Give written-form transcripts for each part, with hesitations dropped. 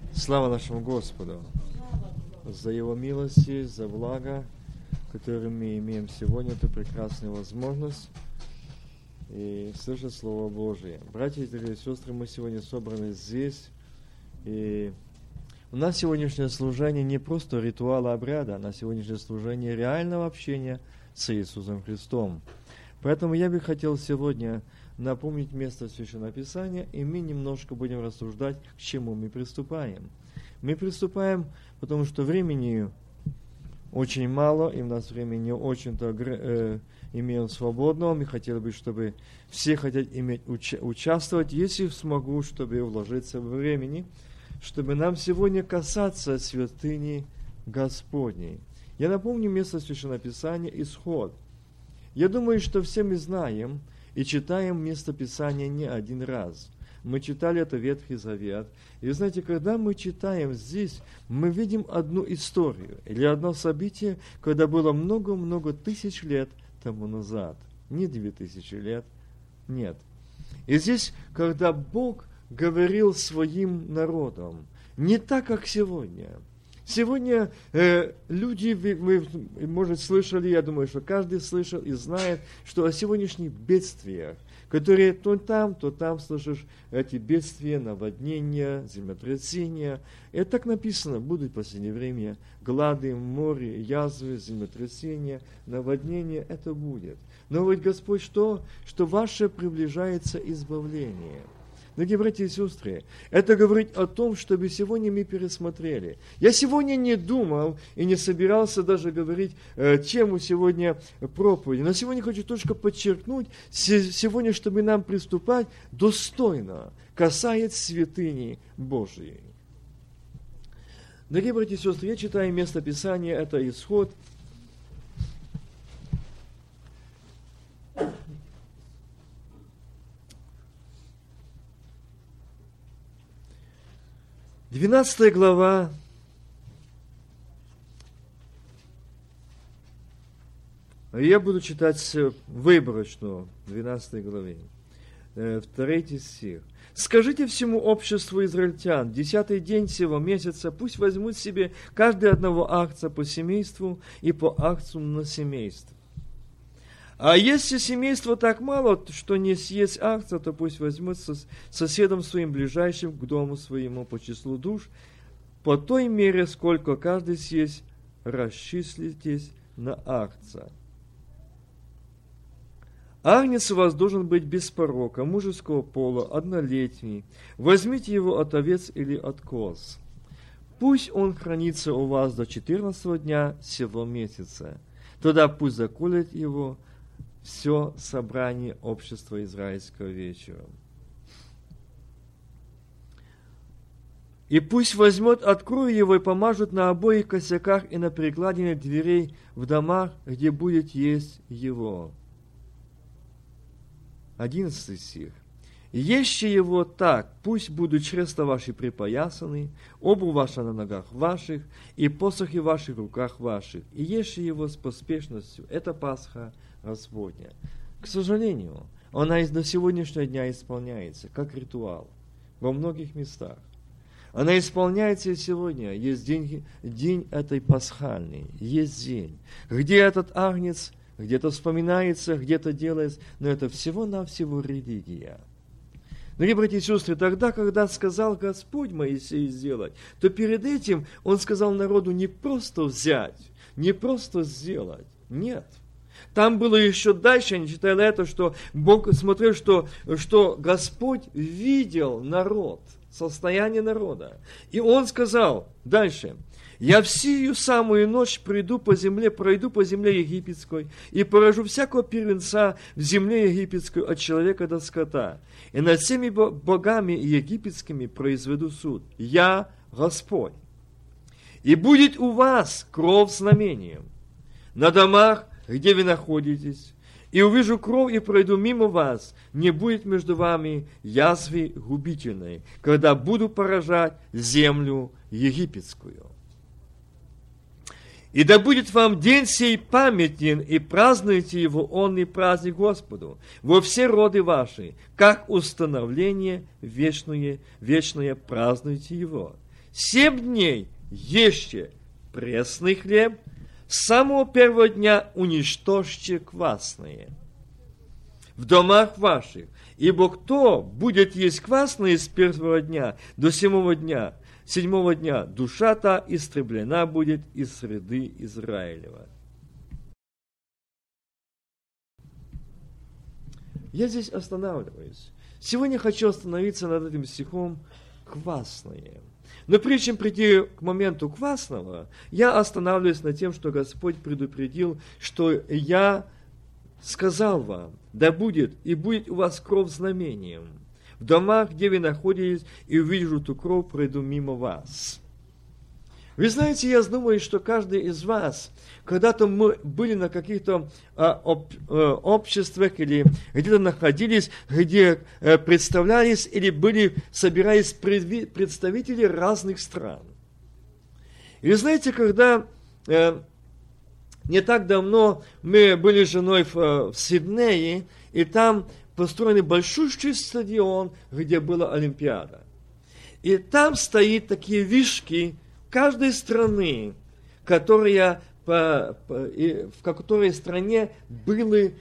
Слава нашему Господу за Его милости, за благо, которое мы имеем сегодня, эту прекрасную возможность и слышать Слово Божие. Братья и сестры, мы сегодня собраны здесь, и у нас сегодняшнее служение не просто ритуала обряда, а сегодняшнее служение реального общения с Иисусом Христом. Поэтому я бы хотел сегодня напомнить место Священного Писания, и мы немножко будем рассуждать, к чему мы приступаем. Мы приступаем, потому что времени очень мало, и у нас времени очень-то имеем свободного. Мы хотели бы, чтобы все хотят иметь участвовать, если смогу, чтобы вложиться в времени, чтобы нам сегодня касаться святыни Господней. Я напомню место Священного Писания Исход. Я думаю, что все мы знаем и читаем место Писания не один раз. Мы читали это Ветхий Завет. И вы знаете, когда мы читаем здесь, мы видим одну историю или одно событие, когда было много-много тысяч лет тому назад. Не 2000 лет, нет. И здесь, когда Бог говорил своим народом, не так, как сегодня. Сегодня люди, вы, может, слышали, я думаю, что каждый слышал и знает, что о сегодняшних бедствиях, которые то там слышишь эти бедствия, наводнения, землетрясения. И так написано, будут в последнее время глады, море, язвы, землетрясения, наводнения, это будет. Но ведь Господь что? Что ваше приближается избавление. Дорогие братья и сестры, это говорит о том, чтобы сегодня мы пересмотрели. Я сегодня не думал и не собирался даже говорить тему сегодня проповеди, но сегодня хочу только подчеркнуть, сегодня, чтобы нам приступать достойно, касаясь святыни Божией. Дорогие братья и сестры, я читаю место Писания, это Исход. Двенадцатая глава, я буду читать выборочно, 12 главе, 2 стих. «Скажите всему обществу израильтян, 10-й день сего месяца, пусть возьмут себе каждый одного агнца по семейству и по агнцу на семейство. А если семейство так мало, что не съесть агнца, то пусть возьмут соседом своим ближайшим к дому своему по числу душ, по той мере, сколько каждый съесть, расчислитесь на агнца. Агнец у вас должен быть без порока, мужеского пола, однолетний. Возьмите его от овец или от коз. Пусть он хранится у вас до 14-го дня сего месяца. Тогда пусть заколет его все собрание общества израильского вечером. И пусть возьмет от крови его и помажут на обоих косяках и на перекладине дверей в домах, где будет есть его». 11 стих. «Ешьте его так, пусть будут чресла ваши припоясаны, обувь ваша на ногах ваших, и посохи ваши в руках ваших, и ешьте его с поспешностью». Это Пасха Господня. К сожалению, она до сегодняшнего дня исполняется, как ритуал, во многих местах. Она исполняется и сегодня. Есть день этой пасхальный, есть день, где этот агнец где-то вспоминается, где-то делается, но это всего-навсего религия. Дорогие братья и сестры, тогда, когда сказал Господь Моисею сделать, то перед этим Он сказал народу не просто взять, не просто сделать, нет. Там было еще дальше, я не читал это, что Бог смотрел, что Господь видел народ, состояние народа. И Он сказал дальше: «Я в сию самую ночь пройду по земле египетской, и поражу всякого первенца в земле египетской от человека до скота, и над всеми богами египетскими произведу суд. Я Господь. И будет у вас кровь знамением на домах, где вы находитесь, и увижу кровь, и пройду мимо вас, не будет между вами язвы губительной, когда буду поражать землю египетскую. И да будет вам день сей памятен, и празднуйте его, онный праздник Господу, во все роды ваши, как установление вечное празднуйте его. 7 дней ешьте пресный хлеб, с самого первого дня уничтожьте квасные в домах ваших. Ибо кто будет есть квасные с первого дня до 7 дня, душа та истреблена будет из среды Израилева. Я здесь останавливаюсь. Сегодня хочу остановиться над этим стихом «квасные». Но прежде чем прийти к моменту квасного, я останавливаюсь над тем, что Господь предупредил, что я сказал вам, да будет, и будет у вас кровь знамением. В домах, где вы находитесь, и увижу ту кровь, пройду мимо вас. Вы знаете, я думаю, что каждый из вас, когда-то мы были на каких-то обществах или где-то находились, где представлялись или собирались представители разных стран. И вы знаете, когда не так давно мы были с женой в Сиднее, и там построен большущий стадион, где была Олимпиада. И там стоят такие вишки каждой страны, в которой стране были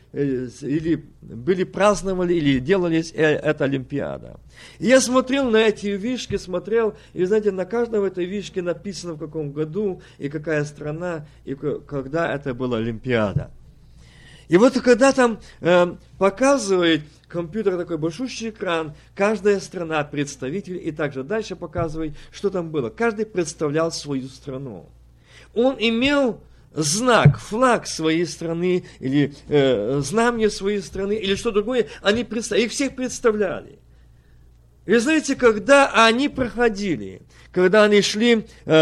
праздновали или делались эта Олимпиада. И я смотрел на эти вишки, и, знаете, на каждом этой вишке написано, в каком году, и какая страна, и когда это была Олимпиада. И вот когда там показывает компьютер, такой большущий экран, каждая страна, представитель, и также дальше показывает, что там было. Каждый представлял свою страну. Он имел знак, флаг своей страны, или знамение своей страны, или что другое, их всех представляли. И знаете, когда они проходили, когда они шли,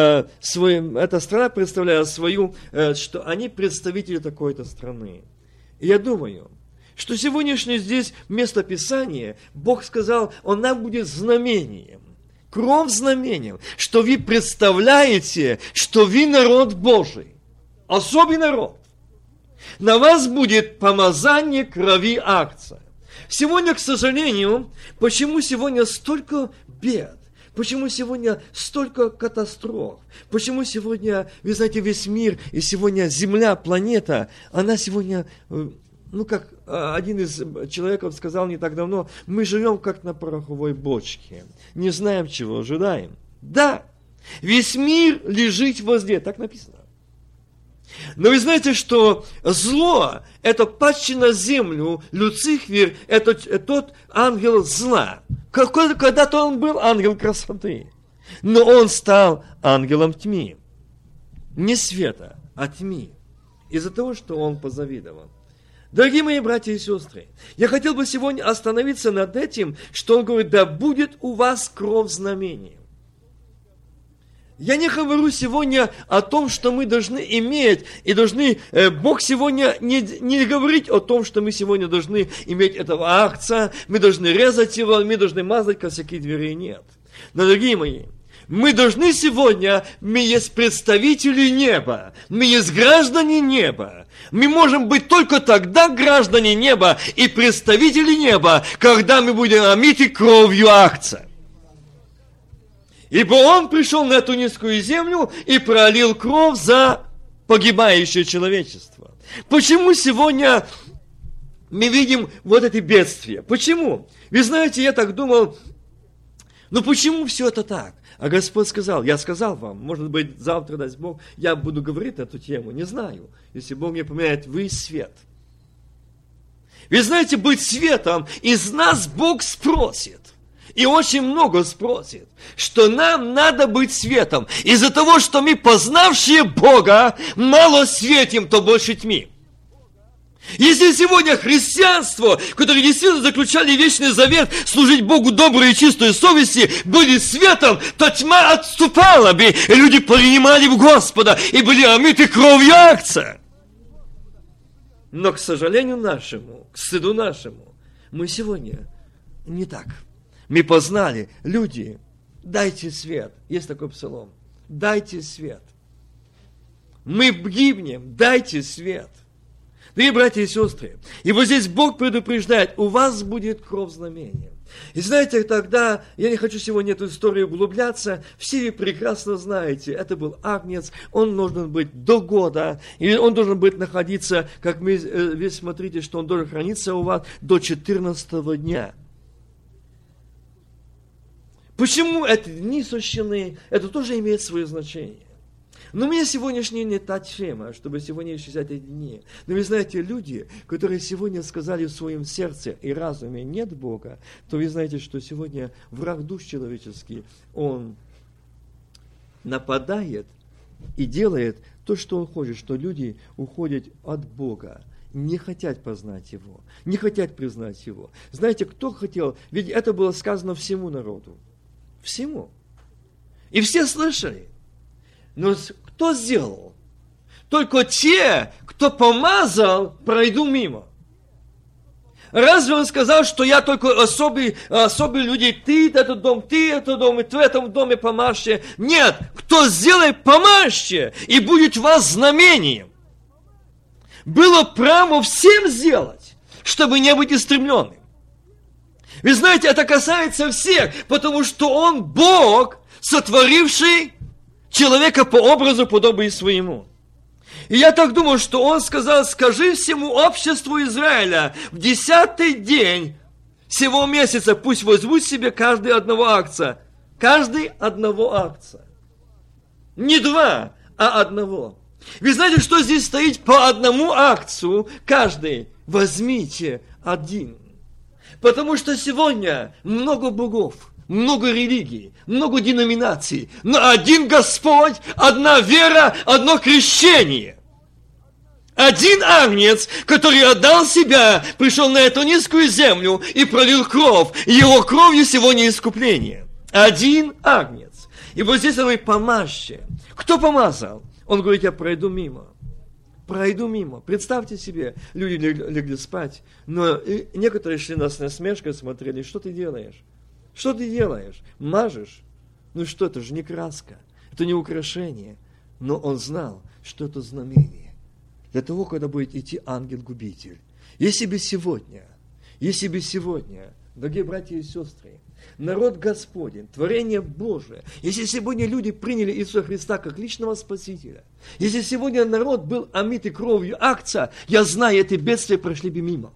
эта страна представляла свою, что они представители такой-то страны. И я думаю, что сегодняшнее здесь местописание, Бог сказал, он нам будет знамением. Кровь знамением, что вы представляете, что вы народ Божий, особый народ. На вас будет помазание крови Агнца. Сегодня, к сожалению, почему сегодня столько бед? Почему сегодня столько катастроф? Почему сегодня, вы знаете, весь мир, и сегодня Земля, планета, она сегодня, как один из человеков сказал не так давно, мы живем как на пороховой бочке, не знаем, чего ожидаем. Да, весь мир лежит возле, так написано. Но вы знаете, что зло – это падший на землю, Люцифер – это тот ангел зла. Когда-то он был ангел красоты, но он стал ангелом тьмы. Не света, а тьмы. Из-за того, что он позавидовал. Дорогие мои братья и сестры, я хотел бы сегодня остановиться над этим, что он говорит, да будет у вас кровь знамением. Я не говорю сегодня о том, что мы должны иметь, и должны, Бог сегодня не говорит о том, что мы сегодня должны иметь этого Агнца, мы должны резать его, мы должны мазать косяки дверей, нет. Но, дорогие мои, мы должны сегодня, мы есть представители неба, мы есть граждане неба. Мы можем быть только тогда граждане неба и представители неба, когда мы будем омиты кровью Агнца. Ибо он пришел на эту низкую землю и пролил кровь за погибающее человечество. Почему сегодня мы видим вот эти бедствия? Почему? Вы знаете, я так думал, почему все это так? А Господь сказал, я сказал вам, может быть, завтра, даст Бог, я буду говорить на эту тему, не знаю. Если Бог мне поминает, вы свет. Вы знаете, быть светом, из нас Бог спросит. И очень много спросит, что нам надо быть светом. Из-за того, что мы, познавшие Бога, мало светим, то больше тьмы. Если сегодня христианство, которые действительно заключали вечный завет служить Богу доброй и чистой совести, были светом, то тьма отступала бы, и люди принимали в Господа и были омыты кровью Агнца. Но, к сожалению нашему, к стыду нашему, мы сегодня не так. Мы познали, люди, дайте свет. Есть такой псалом. Дайте свет. Мы гибнем, дайте свет. Дорогие братья и сестры, и вот здесь Бог предупреждает, у вас будет кровь знамения. И знаете, тогда, я не хочу сегодня в эту историю углубляться, все вы прекрасно знаете, это был агнец, он должен быть до года, и он должен быть находиться, как вы смотрите, что он должен храниться у вас до 14 дня. Почему эти дни священные? Это тоже имеет свое значение. Но у меня сегодняшняя не та тема, чтобы сегодня исчислять эти дни. Но вы знаете, люди, которые сегодня сказали в своем сердце и разуме нет Бога, то вы знаете, что сегодня враг душ человеческий, он нападает и делает то, что он хочет, что люди уходят от Бога, не хотят познать Его, не хотят признать Его. Знаете, кто хотел? Ведь это было сказано всему народу. Всему. И все слышали. Но кто сделал? Только те, кто помазал, пройду мимо. Разве он сказал, что я только особые люди, ты этот дом, и ты в этом доме помажьте? Нет, кто сделает, помажьте, и будет вас знамением. Было право всем сделать, чтобы не быть истребленным. Вы знаете, это касается всех, потому что он Бог, сотворивший человека по образу, подобию своему. И я так думаю, что он сказал, скажи всему обществу Израиля, в 10-й день сего месяца пусть возьмут себе каждый одного акция. Каждый одного акция. Не два, а одного. Вы знаете, что здесь стоит по одному акцию каждый? Возьмите один. Потому что сегодня много богов, много религий, много деноминаций, но один Господь, одна вера, одно крещение. Один агнец, который отдал себя, пришел на эту низкую землю и пролил кровь. Его кровью сегодня искупление. Один агнец. И вот здесь он говорит, помажьте. Кто помазал? Он говорит, я пройду мимо. Пройду мимо. Представьте себе, люди легли спать, но некоторые шли нас насмешкой, смотрели, что ты делаешь? Что ты делаешь? Мажешь? Ну что, это же не краска, это не украшение. Но он знал, что это знамение. Для того, когда будет идти ангел-губитель. Если бы сегодня, дорогие братья и сестры, народ Господень, творение Божие, если сегодня люди приняли Иисуса Христа как личного Спасителя, если сегодня народ был омитый кровью акция, я знаю, эти бедствия прошли бы мимо.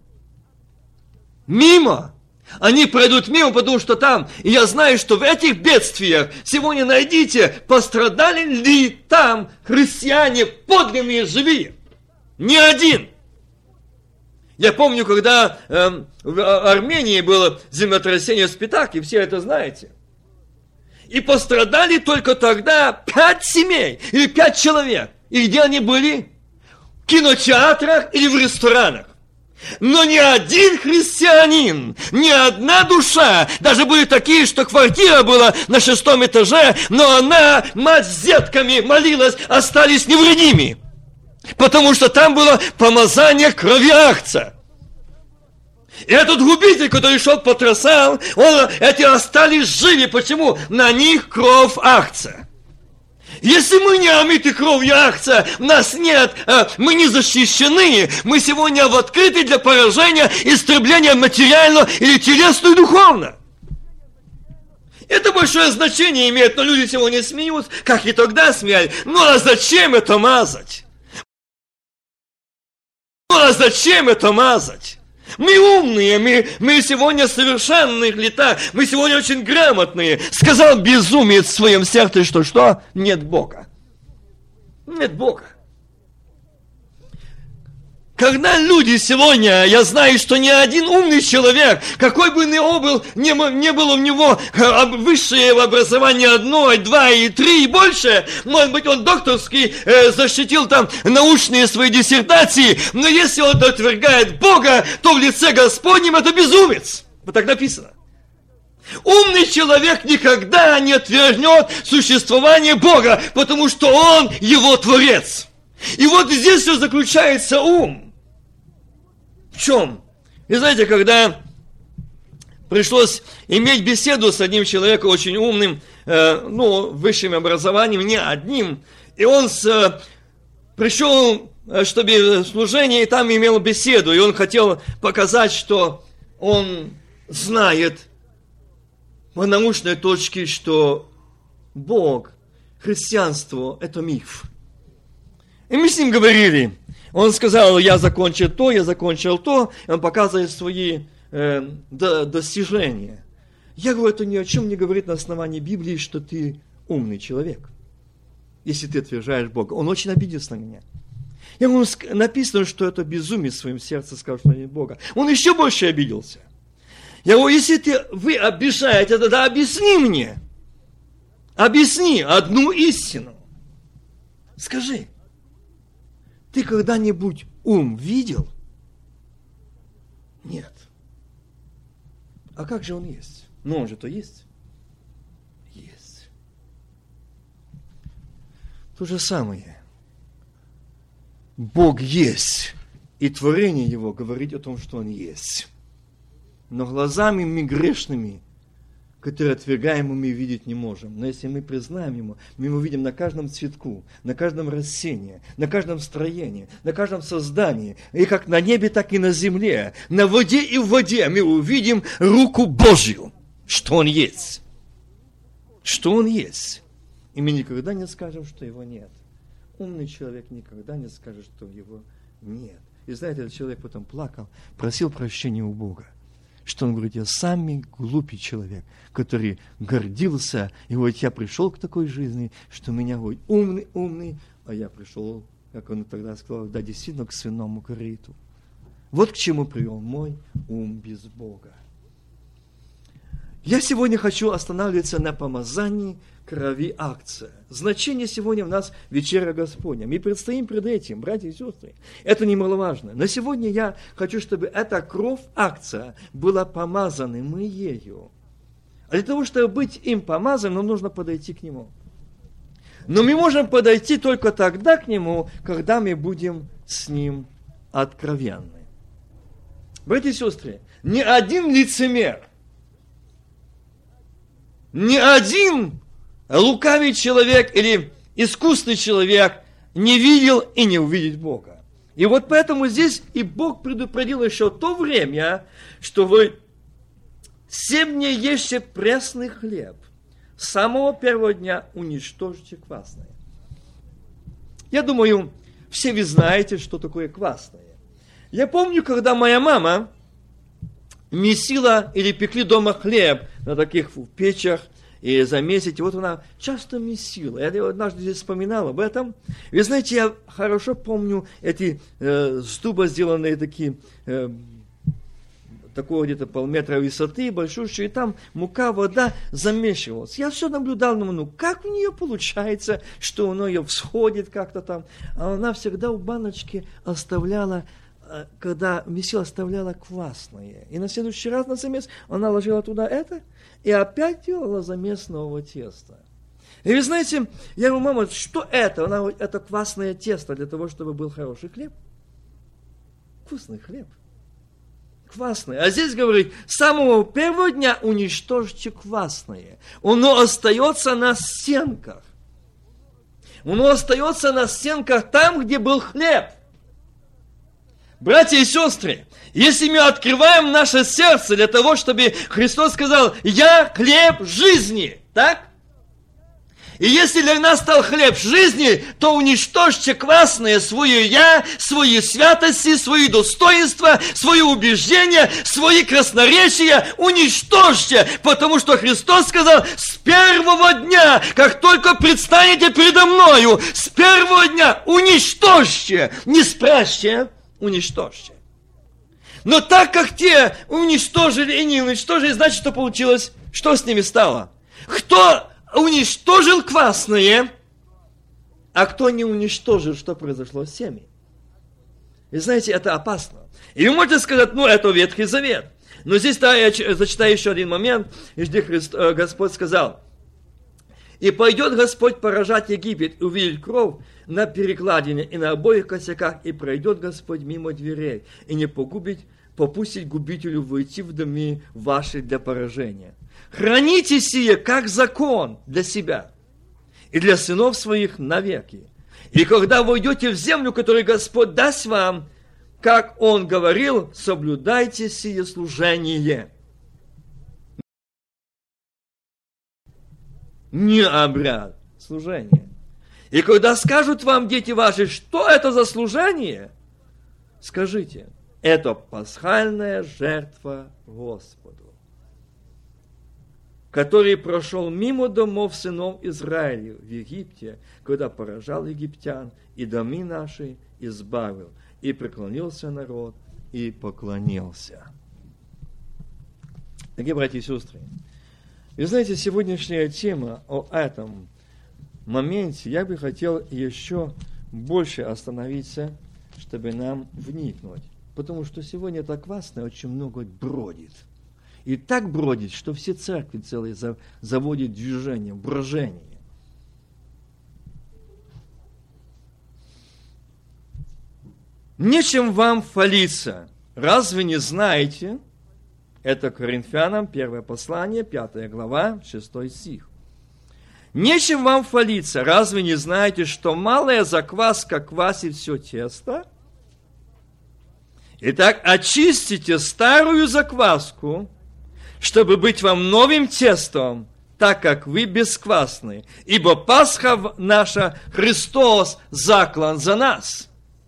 Мимо! Они пройдут мимо, потому что там, и я знаю, что в этих бедствиях, сегодня найдите, пострадали ли там христиане подлинные, живые. Ни один. Я помню, когда в Армении было землетрясение в Спитаке, все это знаете. И пострадали только тогда 5 семей или 5 человек. И где они были? В кинотеатрах или в ресторанах. Но ни один христианин, ни одна душа, даже были такие, что квартира была на 6-м этаже, но она, мать с детками, молилась, остались невредимы. Потому что там было помазание крови агнца. И этот губитель, который шел потрясал, эти остались живы. Почему? На них кровь агнца. Если мы не омиты кровью агнца, нас нет, мы не защищены, мы сегодня открыты для поражения, истребления материально или телесно и духовно. Это большое значение имеет, но люди сегодня смеются, как и тогда смеялись. Ну а зачем это мазать? Ну а зачем это мазать? Мы умные, мы сегодня совершенных летах, мы сегодня очень грамотные. Сказал безумец в своем сердце, что? Нет Бога. Нет Бога. Когда люди сегодня, я знаю, что ни один умный человек, какой бы не было у него высшее образование 1, 2 и 3 и больше, может быть, он докторский защитил там научные свои диссертации, но если он отвергает Бога, то в лице Господнем это безумец. Вот так написано. Умный человек никогда не отвергнет существование Бога, потому что Он его Творец. И вот здесь все заключается ум. В чем? И знаете, когда пришлось иметь беседу с одним человеком очень умным, высшим образованием, не одним, и он пришел, чтобы служение, и там имел беседу, и он хотел показать, что он знает по научной точке, что Бог, христианство – это миф. И мы с ним говорили. Он сказал, я закончил то, я закончил то. И он показывает свои достижения. Я говорю, это ни о чем не говорит на основании Библии, что ты умный человек. Если ты отвержаешь Бога. Он очень обиделся на меня. Я говорю, написано, что это безумие в своем сердце, сказал, что нет Бога. Он еще больше обиделся. Я говорю, если вы обижаете, тогда объясни мне. Объясни одну истину. Скажи, ты когда-нибудь ум видел? Нет. А как же он есть? Ну, он же-то есть. Есть. То же самое. Бог есть. И творение Его говорит о том, что Он есть. Но глазами мы грешными, которые отвергаем, мы видеть не можем. Но если мы признаем Ему, мы Его видим на каждом цветку, на каждом растении, на каждом строении, на каждом создании. И как на небе, так и на земле. На воде и в воде мы увидим руку Божью, что Он есть. Что Он есть. И мы никогда не скажем, что Его нет. Умный человек никогда не скажет, что Его нет. И знаете, этот человек потом плакал, просил прощения у Бога. Что он говорит, я самый глупый человек, который гордился, и говорит, я пришел к такой жизни, что меня, говорит, умный, а я пришел, как он тогда сказал, да, действительно, к свиному корыту. Вот к чему привел мой ум без Бога. Я сегодня хочу останавливаться на помазании крови акция. Значение сегодня у нас вечеря Господня. Мы предстоим пред этим, братья и сестры. Это немаловажно. Но сегодня я хочу, чтобы эта кровь акция была помазана мы ею. А для того, чтобы быть им помазанным, нам нужно подойти к Нему. Но мы можем подойти только тогда к Нему, когда мы будем с Ним откровенны. Братья и сестры, ни один лицемер, ни один лукавый человек или искусный человек не видел и не увидит Бога. И вот поэтому здесь и Бог предупредил еще то время, что вы 7 дней ешьте пресный хлеб, с самого первого дня уничтожьте квасное. Я думаю, все вы знаете, что такое квасное. Я помню, когда моя мама месила или пекли дома хлеб на таких печах, и заметить, вот она часто месила. Я однажды здесь вспоминал об этом. Вы знаете, я хорошо помню эти с дуба сделанные такие, такого где-то полметра высоты, большущие, и там мука, вода замешивалась. Я все наблюдал, ну как у нее получается, что у нее всходит как-то там. А она всегда в баночке оставляла, когда месила, оставляла квасное. И на следующий раз на замес она ложила туда это, и опять делала замес нового теста. И вы знаете, я говорю, мама, что это? Она говорит, это квасное тесто для того, чтобы был хороший хлеб. Вкусный хлеб. Квасное. А здесь говорит, с самого первого дня уничтожьте квасное. Оно остается на стенках. Оно остается на стенках там, где был хлеб. Братья и сестры, если мы открываем наше сердце для того, чтобы Христос сказал, я хлеб жизни, так? И если для нас стал хлеб жизни, то уничтожьте квасное свое я, свои святости, свои достоинства, свои убеждения, свои красноречия, уничтожьте, потому что Христос сказал, с первого дня, как только предстанете передо мною, с первого дня уничтожьте, не спрашивайте, уничтожьте. Но так как те уничтожили и не уничтожили, значит, что получилось? Что с ними стало? Кто уничтожил квасное, а кто не уничтожил, что произошло с теми? И знаете, это опасно. И вы можете сказать, ну, это Ветхий Завет. Но здесь да, я зачитаю еще один момент, где Господь сказал, «И пойдет Господь поражать Египет, и увидит кровь на перекладине и на обоих косяках, и пройдет Господь мимо дверей, и не попустит губителю войти в дома ваши для поражения. Храните сие, как закон для себя и для сынов своих навеки. И когда войдете в землю, которую Господь даст вам, как Он говорил, соблюдайте сие служение». не обряд служения. И когда скажут вам дети ваши, что это за служение, скажите, это пасхальная жертва Господу, который прошел мимо домов сынов Израиля в Египте, когда поражал египтян, и доми наши избавил. И преклонился народ, и поклонился. Дорогие братья и сестры, вы знаете, сегодняшняя тема о этом моменте, я бы хотел еще больше остановиться, чтобы нам вникнуть. Потому что сегодня так классно, очень много бродит. И так бродит, что все церкви целые заводят движение, брожение. Нечем вам хвалиться. Разве не знаете? Это Коринфянам, 1 послание, 5 глава, 6 стих. Нечем вам хвалиться. Разве не знаете, что малая закваска квасит все тесто? Итак, очистите старую закваску, чтобы быть вам новым тестом, так как вы бесквасны. Ибо Пасха наша, Христос заклан за нас.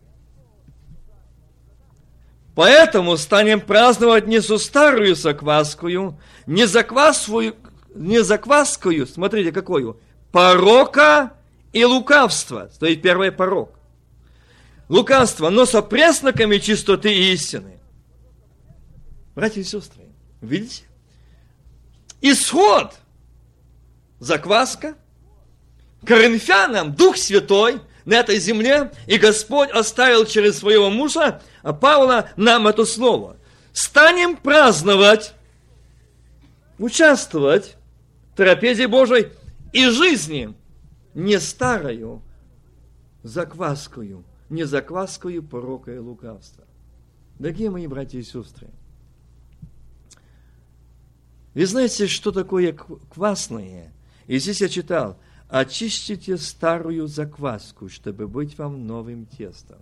Поэтому станем праздновать не со старую закваскую, не закваскую, смотрите, какую, порока и лукавства. Стоит первый порок. Лукавство, но со пресноками чистоты и истины. Братья и сестры, видите? Исход, закваска, Коринфянам Дух Святой на этой земле, и Господь оставил через своего мужа Павла нам это слово. Станем праздновать, участвовать в трапезе Божией и жизни не старою закваскою, не закваскою порока и лукавства. Дорогие мои братья и сестры, вы знаете, что такое квасное? И здесь я читал: очистите старую закваску, чтобы быть вам новым тестом.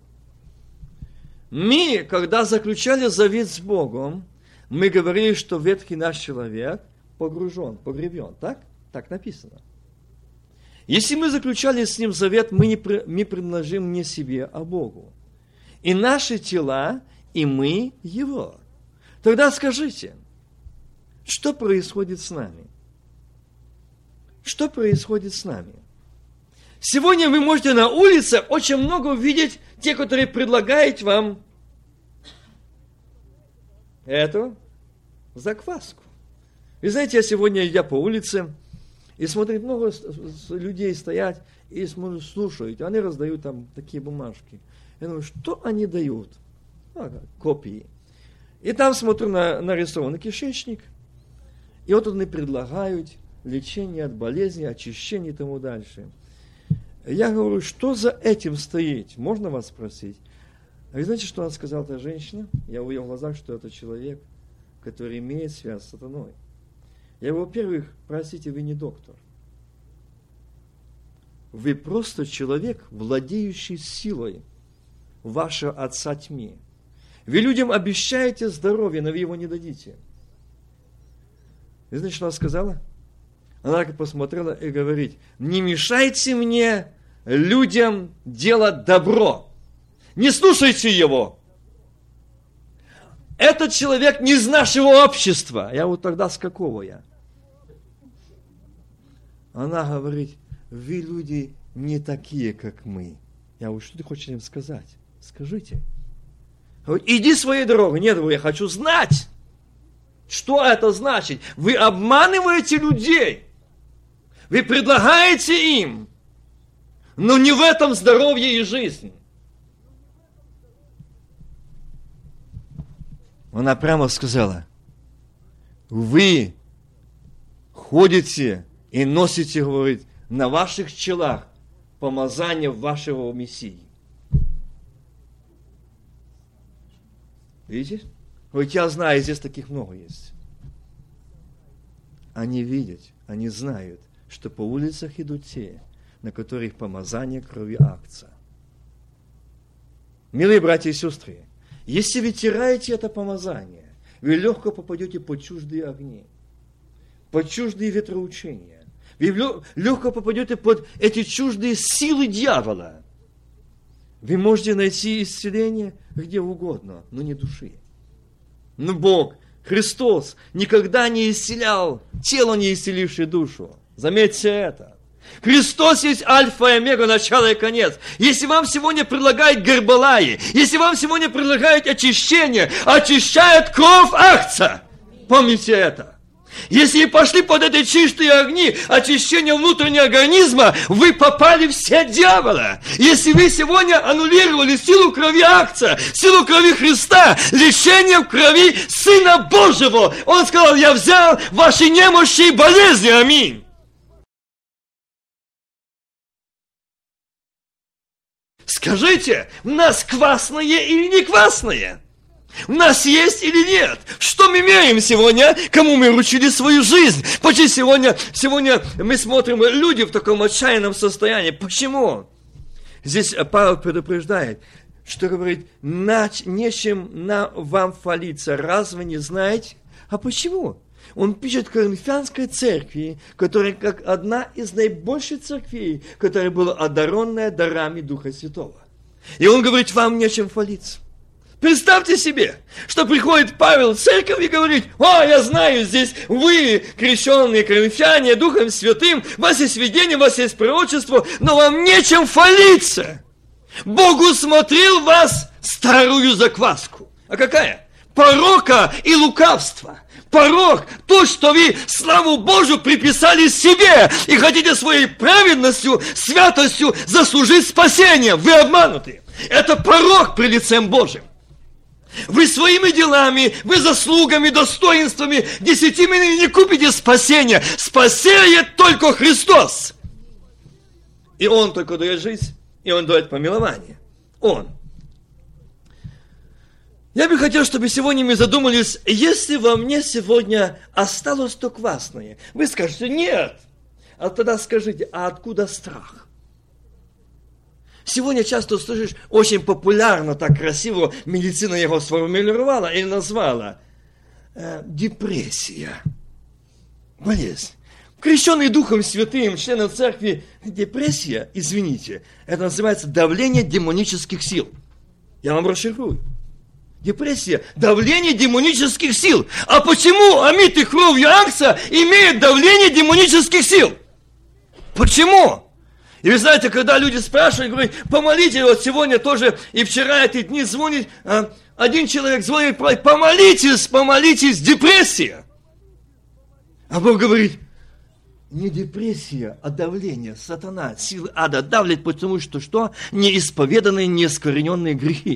Мы, когда заключали завет с Богом, мы говорили, что ветхий наш человек погребен, так? Так написано. Если мы заключали с ним завет, мы принадлежим не себе, а Богу. И наши тела, и мы его. Тогда скажите, что происходит с нами? Что происходит с нами? Сегодня вы можете на улице очень много увидеть те, которые предлагают вам эту закваску. Вы знаете, я сегодня, идя по улице, и смотрю, много людей стоят и слушают. Они раздают там такие бумажки. Я думаю, что они дают? Копии. И там смотрю нарисованный кишечник. И вот они предлагают лечение от болезни, очищение и тому дальше. Я говорю, что за этим стоит? Можно вас спросить? А вы знаете, что она сказала, эта женщина? Я увидел в глазах, что это человек, который имеет связь с сатаной. Я говорю, во-первых, простите, вы не доктор. Вы просто человек, владеющий силой вашего отца тьмы. Вы людям обещаете здоровье, но вы его не дадите. Вы знаете, что она сказала? Она как посмотрела и говорит: не мешайте мне, людям, делать добро. Не слушайте его. Этот человек не из нашего общества. Я вот тогда с какого я? Она говорит: вы люди не такие, как мы. Я говорю, что ты хочешь им сказать? Скажите. Говорит, иди своей дорогой. Нет, я хочу знать, что это значит. Вы обманываете людей. Вы предлагаете им, но не в этом здоровье и жизнь. Она прямо сказала: вы ходите и носите, говорит, на ваших челах помазание вашего Мессии. Видите? Говорит, я знаю, здесь таких много есть. Они видят, они знают, что по улицах идут те, на которых помазание крови Агнца. Милые братья и сестры, если вы теряете это помазание, вы легко попадете под чуждые огни, под чуждые ветроучения. Вы легко попадете под эти чуждые силы дьявола. Вы можете найти исцеление где угодно, но не души. Но Бог, Христос, никогда не исцелял тело, не исцелившее душу. Заметьте это. Христос есть альфа и омега, начало и конец. Если вам сегодня предлагают гербалаи, если вам сегодня предлагают очищение, очищает кровь Агнца. Помните это. Если пошли под эти чистые огни очищения внутреннего организма, вы попали в сеть дьявола. Если вы сегодня аннулировали силу крови Агнца, силу крови Христа, лечение в крови Сына Божьего, Он сказал, я взял ваши немощи и болезни. Аминь. Скажите, у нас квасное или не квасное? У нас есть или нет? Что мы меряем сегодня? Кому мы вручили свою жизнь? Почему сегодня мы смотрим, люди в таком отчаянном состоянии? Почему? Здесь Павел предупреждает, что говорит, нечем вам хвалиться. Разве не знаете? А почему? Он пишет Коринфянской церкви, которая как одна из наибольших церквей, которая была одаренная дарами Духа Святого. И он говорит, вам нечем хвалиться. Представьте себе, что приходит Павел в церковь и говорит, я знаю, здесь вы, крещенные коринфяне, Духом Святым, у вас есть видение, у вас есть пророчество, но вам нечем хвалиться. Бог усмотрел вас старую закваску. А какая? Порока и лукавства. Порок, то, что вы славу Божию приписали себе и хотите своей праведностью, святостью заслужить спасение. Вы обмануты. Это порок при лице Божьем. Вы своими делами, вы заслугами, достоинствами, десятинами не купите спасение. Спасение только Христос. И Он только дает жизнь, и Он дает помилование. Он. Я бы хотел, чтобы сегодня мы задумались, если во мне сегодня осталось то квасное. Вы скажете, нет. А тогда скажите, а откуда страх? Сегодня часто слышишь, очень популярно, так красиво медицина его сформулировала и назвала депрессия. Болезнь. Крещенный Духом Святым, членом церкви, депрессия, извините, это называется давление демонических сил. Я вам расшифрую. Депрессия, давление демонических сил. А почему омитый кровью Агнца имеет давление демонических сил? Почему? И вы знаете, когда люди спрашивают, говорят, помолите, вот сегодня тоже, и вчера эти дни звонит, один человек звонит, помолитесь, депрессия. А Бог говорит, не депрессия, а давление, сатана, силы ада давлят, потому что неисповеданные, неискорененные грехи.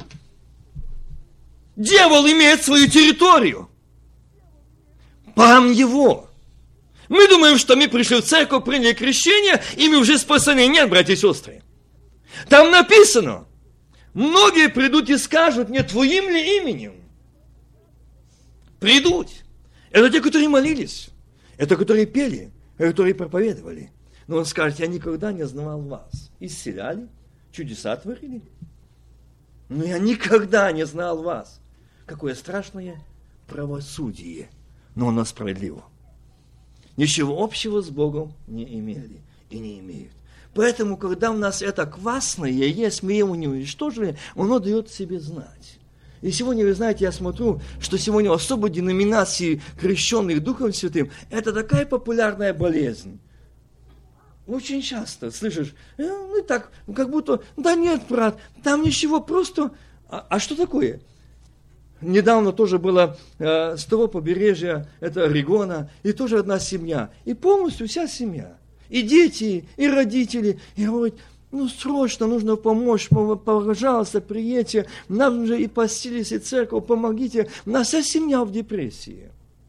Дьявол имеет свою территорию. План его. Мы думаем, что мы пришли в церковь, приняли крещение, и мы уже спасены. Нет, братья и сестры. Там написано, многие придут и скажут, не твоим ли именем? Придут. Это те, которые молились. Это которые пели, которые проповедовали. Но он скажет, я никогда не знал вас. Исцеляли, чудеса творили. Но я никогда не знал вас. Какое страшное правосудие. Но оно справедливо. Ничего общего с Богом не имели и не имеют. Поэтому, когда у нас это квасное есть, мы его не уничтожили, оно дает себе знать. И сегодня, вы знаете, я смотрю, что сегодня особо деноминации крещенных Духом Святым, это такая популярная болезнь. Очень часто слышишь, так, как будто, да нет, брат, там ничего, просто, а что такое? Недавно тоже было с того побережья, это Орегона, и тоже одна семья. И полностью вся семья. И дети, и родители. И говорят, срочно нужно помочь, пожалуйста, приедьте. Нам же и постились, и церковь, помогите. У нас вся семья в депрессии.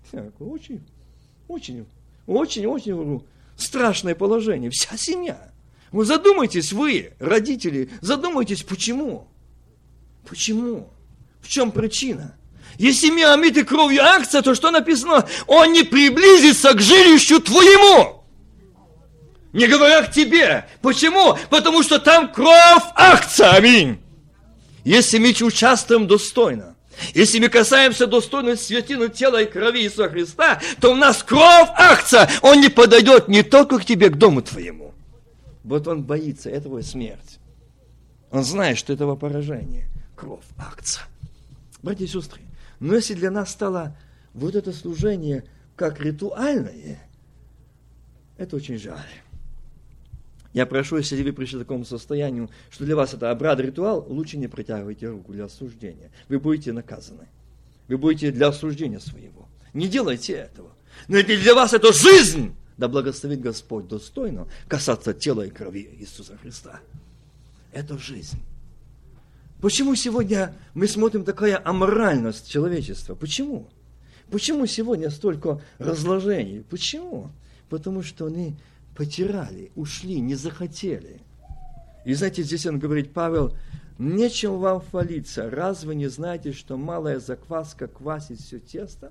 Очень страшное положение. Вся семья. Вы задумайтесь, вы, родители, задумайтесь, почему? Почему? В чем причина? Если мы омиты кровью Агнца, то что написано? Он не приблизится к жилищу твоему. Не говоря к тебе. Почему? Потому что там кровь Агнца. Аминь. Если мы участвуем достойно, Если мы касаемся достойной святины тела и крови Иисуса Христа, то у нас кровь акция, он не подойдет не только к тебе, к дому твоему. Вот он боится, этого смерть. Он знает, что этого поражение. Кровь акция. Братья и сестры, но если для нас стало вот это служение как ритуальное, это очень жаль. Я прошу, если вы пришли к такому состоянию, что для вас это обряд, ритуал, лучше не протягивайте руку для осуждения. Вы будете наказаны. Вы будете для осуждения своего. Не делайте этого. Но если для вас это жизнь, да благословит Господь достойно касаться тела и крови Иисуса Христа. Это жизнь. Почему сегодня мы смотрим такая аморальность человечества? Почему? Почему сегодня столько разложений? Почему? Потому что они потеряли, ушли, не захотели. И знаете, здесь он говорит, Павел, нечем вам хвалиться. Разве не знаете, что малая закваска квасит все тесто?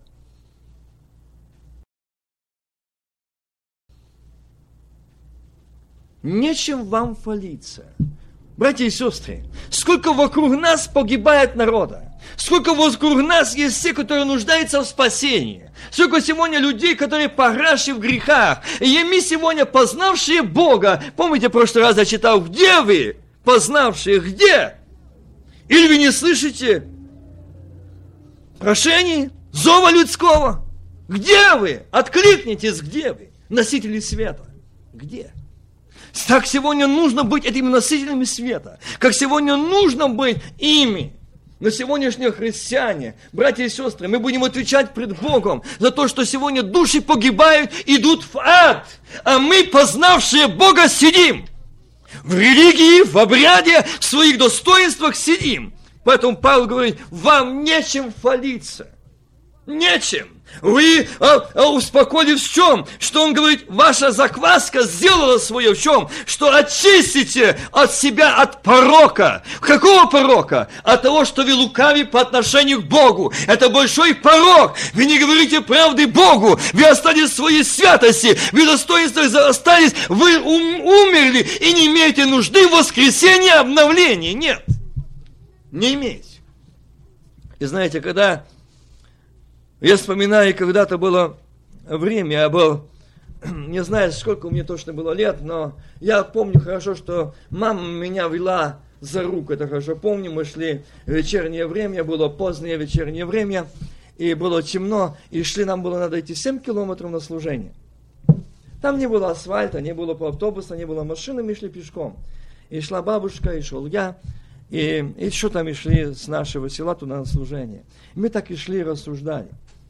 Нечем вам хвалиться. Братья и сестры, сколько вокруг нас погибает народа, сколько вокруг нас есть те, которые нуждаются в спасении, сколько сегодня людей, которые погрязшие в грехах, и мы сегодня познавшие Бога. Помните, в прошлый раз я читал, где вы, познавшие, где? Или вы не слышите прошений, зова людского? Где вы? Откликнитесь, где вы? Носители света. Где? Так сегодня нужно быть этими носителями света, как сегодня нужно быть ими. Но сегодняшние христиане, братья и сестры, мы будем отвечать пред Богом за то, что сегодня души погибают, идут в ад, а мы, познавшие Бога, сидим. В религии, в обряде, в своих достоинствах сидим. Поэтому Павел говорит, вам нечем хвалиться. Нечем. Вы успокоились в чем? Что он говорит, ваша закваска сделала свое в чем? Что очистите от себя от порока. Какого порока? От того, что вы лукави по отношению к Богу. Это большой порок. Вы не говорите правды Богу. Вы остались в своей святости. Вы в достоинствах остались. Вы умерли и не имеете нужды в воскресении, обновлении. Нет. Не имеете. И знаете, когда... Я вспоминаю, когда-то было время, я был, не знаю, сколько мне точно было лет, но я помню хорошо, что мама меня вела за руку, это хорошо помню, мы шли в вечернее время, было позднее вечернее время, и было темно, и шли, нам было надо идти 7 километров на служение. Там не было асфальта, не было автобуса, не было машины, мы шли пешком. И шла бабушка, и шел я, и еще там и шли с нашего села туда на служение. Мы так и шли и рассуждали.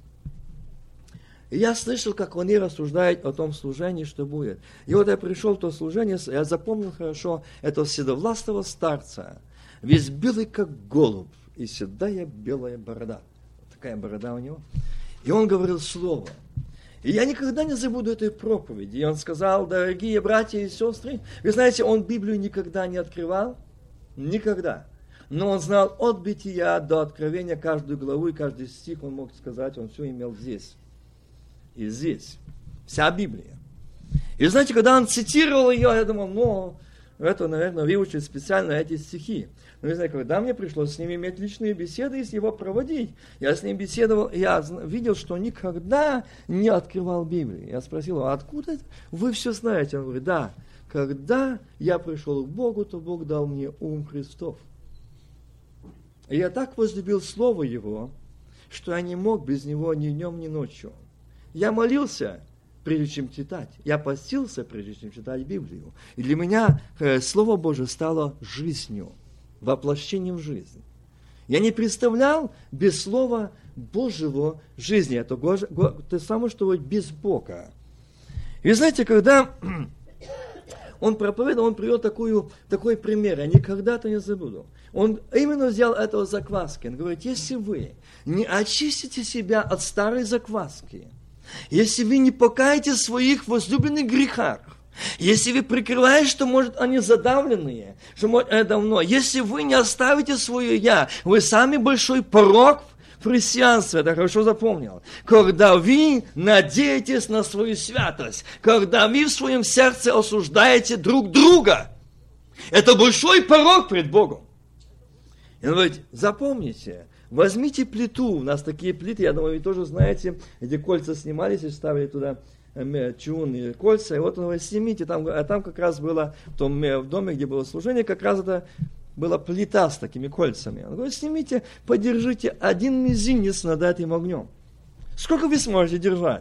И я слышал, как они рассуждают о том служении, что будет. И вот я пришел в то служение, я запомнил хорошо этого седовластого старца, весь белый, как голубь, и седая белая борода. Такая борода у него. И он говорил слово. И я никогда не забуду этой проповеди. И он сказал, дорогие братья и сестры, вы знаете, он Библию никогда не открывал. Никогда. Но он знал от Бытия до Откровения каждую главу и каждый стих он мог сказать, он все имел здесь. И здесь. Вся Библия. И знаете, когда он цитировал ее, я думал, это, наверное, выучить специально эти стихи. Но вы знаете, когда мне пришлось с ним иметь личные беседы и с его проводить, я с ним беседовал, я видел, что он никогда не открывал Библию. Я спросил его, откуда вы все знаете? Он говорит, да, когда я пришел к Богу, то Бог дал мне ум Христов. И я так возлюбил Слово Его, что я не мог без Него ни днем, ни ночью. Я молился, прежде чем читать. Я постился, прежде чем читать Библию. И для меня Слово Божие стало жизнью, воплощением жизни. Я не представлял без Слова Божьего жизни. Это то самое, что вот без Бога. И знаете, когда он проповедовал, он привел такой пример, я никогда это не забуду. Он именно взял этого закваски. Он говорит, если вы не очистите себя от старой закваски, если вы не покаетесь в своих возлюбленных грехах, если вы прикрываете, что, может, они задавленные, что, может, это давно, если вы не оставите свое «я», вы самый большой порок в христианстве, это хорошо запомнил, когда вы надеетесь на свою святость, когда вы в своем сердце осуждаете друг друга. Это большой порок пред Богом. И он говорит, запомните, Возьмите плиту, у нас такие плиты, я думаю, вы тоже знаете, где кольца снимались и ставили туда чугунные кольца, и вот вы снимите, там как раз было, в том доме, где было служение, как раз это была плита с такими кольцами. Он говорит, снимите, подержите 1 мизинец над этим огнем. Сколько вы сможете держать?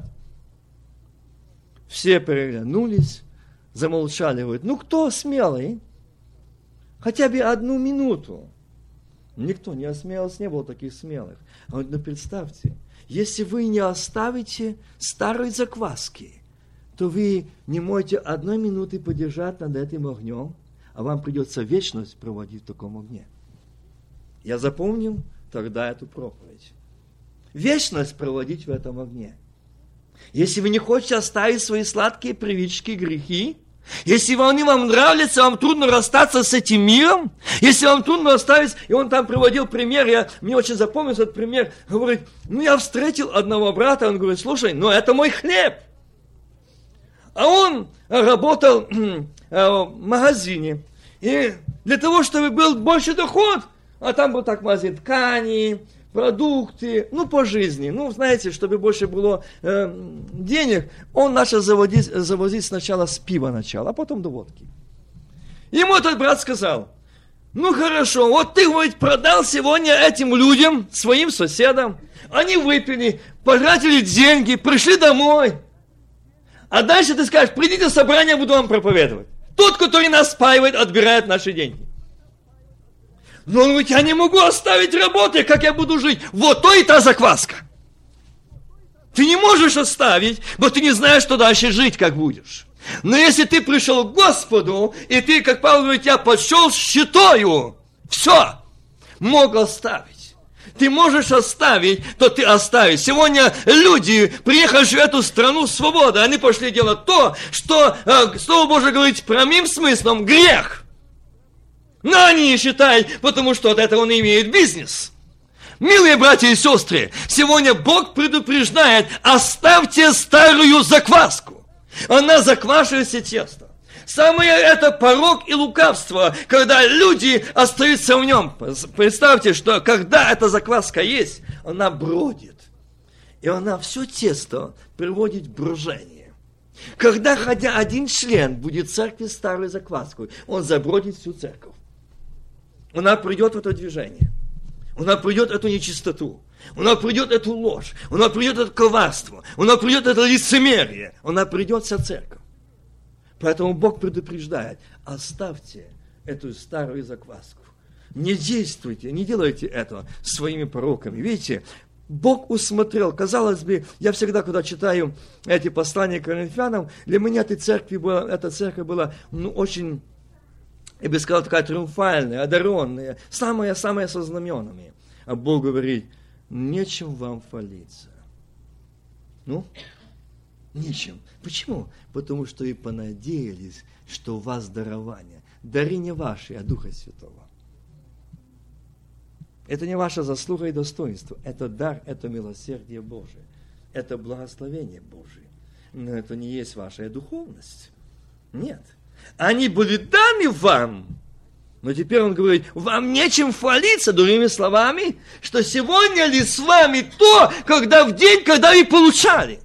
Все переглянулись, замолчали, говорят, ну кто смелый? Хотя бы 1 минуту. Никто не осмелился, не было таких смелых. Он говорит, ну представьте, если вы не оставите старой закваски, то вы не можете 1 минуты подержать над этим огнем, а вам придется вечность проводить в таком огне. Я запомнил тогда эту проповедь. Вечность проводить в этом огне. Если вы не хотите оставить свои сладкие привычки, грехи, если они вам нравятся, вам трудно расстаться с этим миром, если вам трудно оставить, и он там приводил пример, мне очень запомнился этот пример, говорит, ну я встретил одного брата, он говорит, слушай, ну это мой хлеб. А он работал в магазине, и для того, чтобы был больше доход, а там был так магазин ткани, продукты, ну, по жизни. Ну, знаете, чтобы больше было денег, он начал завозить сначала с пива начала, а потом до водки. Ему этот брат сказал, ну, хорошо, вот ты, говорит, продал сегодня этим людям, своим соседам, они выпили, потратили деньги, пришли домой. А дальше ты скажешь, придите в собрание, буду вам проповедовать. Тот, который нас спаивает, отбирает наши деньги. Но он говорит, я не могу оставить работу, как я буду жить? Вот то и та закваска. Ты не можешь оставить, но ты не знаешь, что дальше жить, как будешь. Но если ты пришел к Господу, и ты, как Павел говорит, я пошел считаю, все, мог оставить. Ты можешь оставить, то ты оставишь. Сегодня люди, приехавшие в эту страну свободы, они пошли делать то, что Слово Божие говорит прямым смыслом грех. Но они не считают, потому что от этого он имеет бизнес. Милые братья и сестры, сегодня Бог предупреждает, оставьте старую закваску. Она заквашивает все тесто. Самое это порок и лукавство, когда люди остаются в нем. Представьте, что когда эта закваска есть, она бродит. И она все тесто приводит в брожение. Когда хотя один член будет в церкви старой закваской, он забродит всю церковь. Она придет в это движение. Она придет в эту нечистоту. Она придет в эту ложь. Она придет в это коварство. Она придет в это лицемерие. Она придет вся церковь. Поэтому Бог предупреждает, оставьте эту старую закваску. Не действуйте, не делайте этого своими пороками. Видите, Бог усмотрел. Казалось бы, я всегда, когда читаю эти послания к Коринфянам, для меня эта церковь была очень... Я бы сказал, такая триумфальная, одаренная, самая со знаменами. А Бог говорит, нечем вам хвалиться. Ну, нечем. Почему? Потому что вы понадеялись, что у вас дарование. Дары не ваши, а Духа Святого. Это не ваша заслуга и достоинство. Это дар, это милосердие Божие. Это благословение Божие. Но это не есть ваша духовность. Нет. Они были даны вам. Но теперь он говорит, вам нечем хвалиться, другими словами, что сегодня ли с вами то, когда в день, когда вы получали.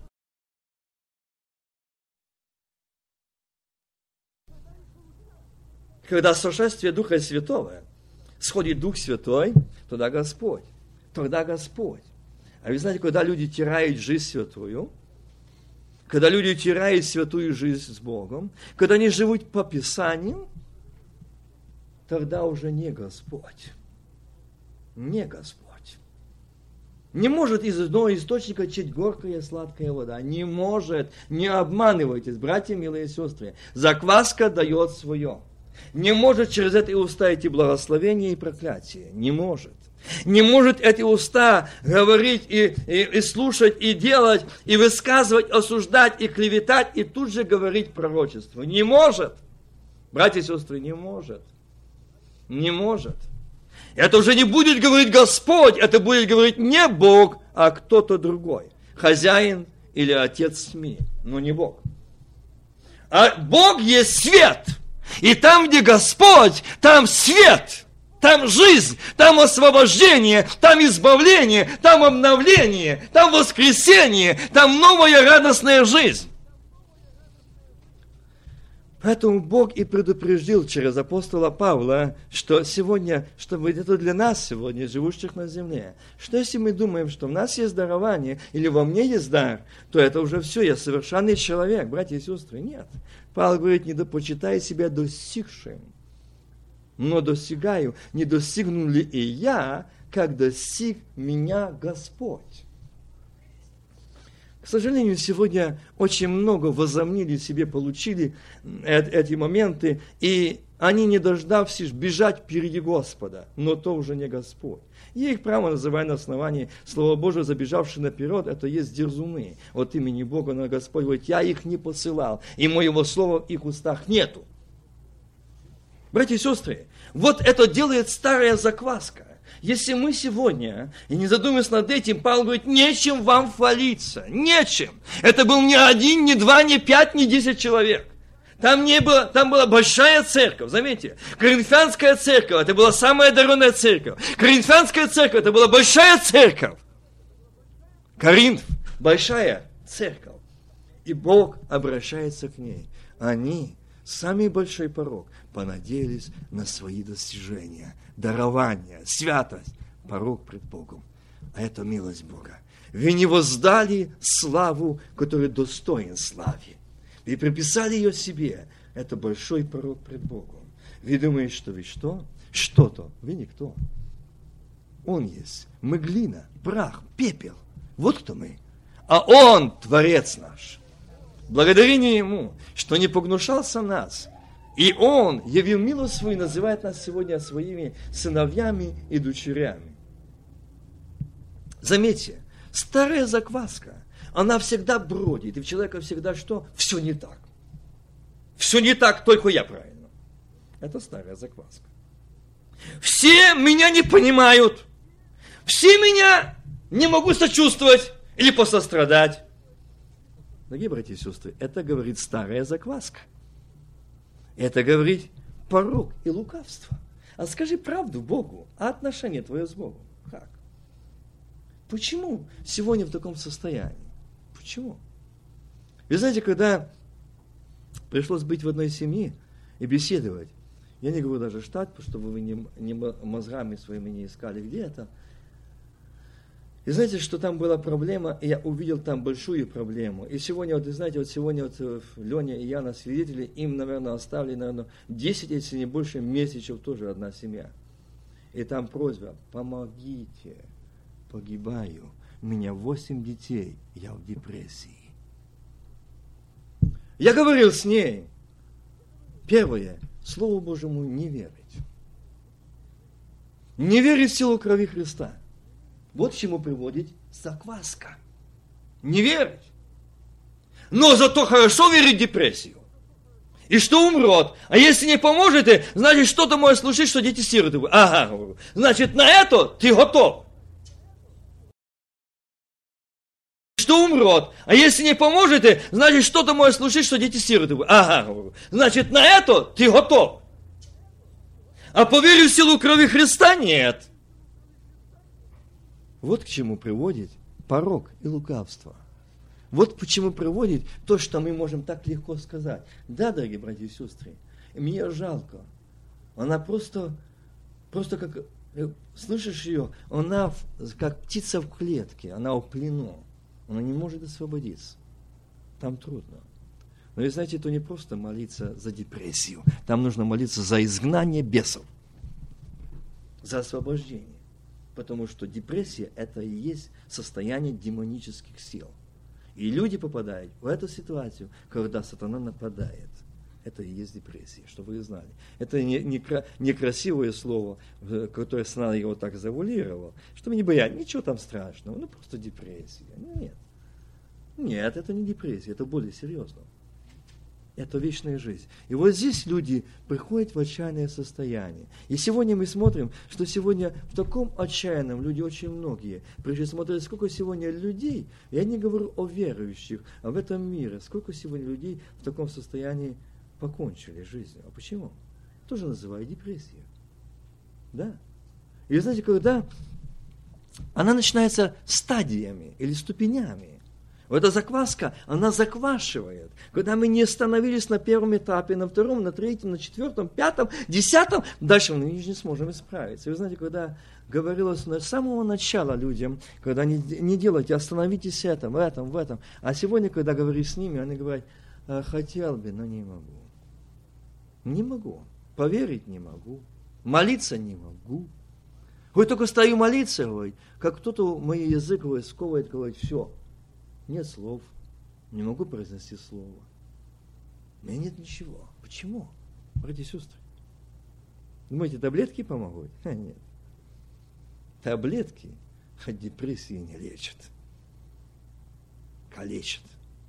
Когда сошествие Духа Святого, сходит Дух Святой, тогда Господь. Тогда Господь. А вы знаете, когда люди теряют жизнь святую, когда люди теряют святую жизнь с Богом, когда они живут по Писанию, тогда уже не Господь. Не Господь. Не может из одного источника течь горькая сладкая вода. Не может. Не обманывайтесь, братья, милые сестры. Закваска дает свое. Не может через эти уста идти благословение и проклятие. Не может. Не может эти уста говорить и слушать, и делать, и высказывать, осуждать, и клеветать, и тут же говорить пророчество. Не может. Братья и сестры, не может. Не может. Это уже не будет говорить Господь, это будет говорить не Бог, а кто-то другой. Хозяин или отец СМИ, но не Бог. А Бог есть свет. И там, где Господь, там свет. Там жизнь, там освобождение, там избавление, там обновление, там воскресение, там новая радостная жизнь. Поэтому Бог и предупредил через апостола Павла, что сегодня, чтобы это для нас сегодня, живущих на земле, что если мы думаем, что у нас есть дарование, или во мне есть дар, то это уже все, я совершенный человек, братья и сестры. Нет. Павел говорит, не почитай себя достигшим, но достигаю, не достигну ли и я, как достиг меня Господь. К сожалению, сегодня очень много возомнили себе, получили эти моменты, и они, не дождавшись, бежать впереди Господа, но то уже не Господь. Я их право называю на основании Слова Божьего, забежавшие наперед, это есть дерзуны. От имени Бога, но Господь говорит, я их не посылал, и моего слова в их устах нету. Братья и сестры, вот это делает старая закваска. Если мы сегодня, и не задумываясь над этим, Павел говорит, нечем вам хвалиться, нечем. Это был не один, не два, не 5, не 10 человек. Там была большая церковь, заметьте. Коринфянская церковь, это была самая одаренная церковь. Коринфянская церковь, это была большая церковь. Коринф, большая церковь. И Бог обращается к ней. Они, самый большой порог, понадеялись на свои достижения, дарования, святость, порог пред Богом. А это милость Бога. Вы не воздали славу, которая достоин славе. Вы приписали ее себе. Это большой порог пред Богом. Вы думаете, что вы что? Что-то. Вы никто. Он есть. Мы глина, прах, пепел. Вот кто мы. А Он, Творец наш. Благодарение Ему, что не погнушался нас. И Он явил милость свою, называет нас сегодня своими сыновьями и дочерями. Заметьте, старая закваска, она всегда бродит, и в человека всегда что? Все не так. Все не так, только я правильно. Это старая закваска. Все меня не понимают. Все меня не могут сочувствовать или посострадать. Дорогие братья и сестры, это говорит старая закваска. Это говорит порок и лукавство. А скажи правду Богу, а отношение твое с Богом? Как? Почему сегодня в таком состоянии? Почему? Вы знаете, когда пришлось быть в одной семье и беседовать, я не говорю даже штат, чтобы вы не мозгами своими не искали, где это. И знаете, что там была проблема, и я увидел там большую проблему. И сегодня, вот, знаете, вот сегодня вот Леня и Яна свидетели, им, наверное, оставили, наверное, 10, если не больше, месяцев тоже одна семья. И там просьба, помогите, погибаю, у меня 8 детей, я в депрессии. Я говорил с ней, первое, Слову Божьему не верить. Не верить в силу крови Христа. Вот к чему приводит закваска. Не верить. Но зато хорошо верить в депрессию. И что умрет. А если не поможете, значит, что-то может случиться, что дети сироты будут. Ага, говорю. Значит, на это ты готов. Что умрет. А если не поможете, значит, что-то может случиться, что дети сироты будут. Ага, говорю. Значит, на это ты готов. А поверить в силу крови Христа нет. Вот к чему приводит порок и лукавство. Вот почему приводит то, что мы можем так легко сказать. Да, дорогие братья и сестры, мне жалко. Она просто как, слышишь ее, она как птица в клетке, она в плену. Она не может освободиться. Там трудно. Но вы знаете, это не просто молиться за депрессию. Там нужно молиться за изгнание бесов, за освобождение. Потому что депрессия – это и есть состояние демонических сил. И люди попадают в эту ситуацию, когда сатана нападает. Это и есть депрессия, чтобы вы знали. Это не красивое слово, которое сатана его так завуалировал, чтобы не бояться, ничего там страшного, ну просто депрессия. Нет. Нет, это не депрессия, это более серьезно. Это вечная жизнь. И вот здесь люди приходят в отчаянное состояние. И сегодня мы смотрим, что сегодня в таком отчаянном люди очень многие. Прежде смотрят, сколько сегодня людей, я не говорю о верующих, а в этом мире, сколько сегодня людей в таком состоянии покончили жизнью. А почему? Тоже называют депрессией. Да. И знаете, когда она начинается стадиями или ступенями. Вот эта закваска, она заквашивает. Когда мы не остановились на первом этапе, на втором, на третьем, на четвертом, пятом, десятом, дальше мы не сможем исправиться. И вы знаете, когда говорилось с самого начала людям, когда не делайте, остановитесь в этом. А сегодня, когда говоришь с ними, они говорят, хотел бы, но не могу. Не могу. Поверить не могу. Молиться не могу. Вот только стою молиться, говорит, как кто-то мой язык сковывает, говорит, все. Нет слов, не могу произнести слово. У меня нет ничего. Почему? Братья и сестры. Думаете, таблетки помогут? Нет. Таблетки от депрессии не лечат. Калечат.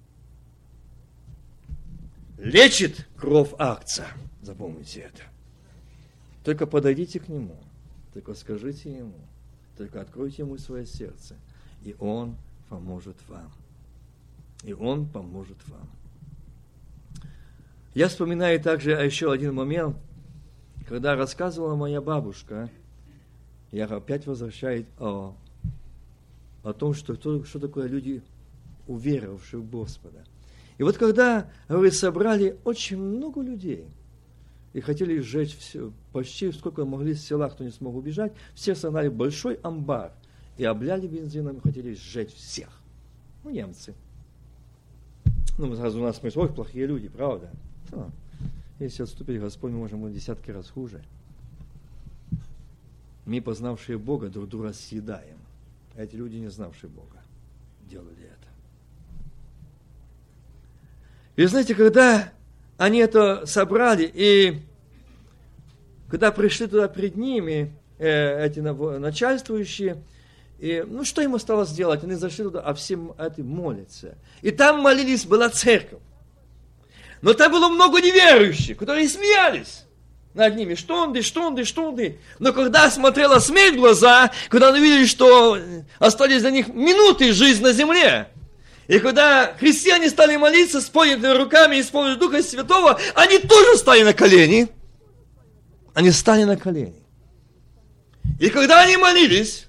Лечит кровь акция. Запомните это. Только подойдите к нему. Только скажите ему. Только откройте ему свое сердце. И он поможет вам. И он поможет вам. Я вспоминаю также еще один момент, когда рассказывала моя бабушка, я опять возвращаюсь о том, что такое люди, уверовавшие в Господа. И вот когда, говорит, собрали очень много людей, и хотели сжечь все, почти сколько могли с села, кто не смог убежать, все согнали в большой амбар и обляли бензином, и хотели сжечь всех. Немцы. Сразу у нас мысль, плохие люди, правда? Если отступить Господь, мы можем быть десятки раз хуже. Мы, познавшие Бога, друг друга съедаем. А эти люди, не знавшие Бога, делали это. И знаете, когда они это собрали, и когда пришли туда пред ними, эти начальствующие, и, что им осталось делать? Они зашли туда, а всем этим молятся. И там молились, была церковь. Но там было много неверующих, которые смеялись над ними. Что он. Но когда смотрела смерть в глаза, когда они видели, что остались для них минуты жизни на земле, и когда христиане стали молиться с поднятыми руками и с помощью Духа Святого, они тоже стали на колени. Они стали на колени. И когда они молились,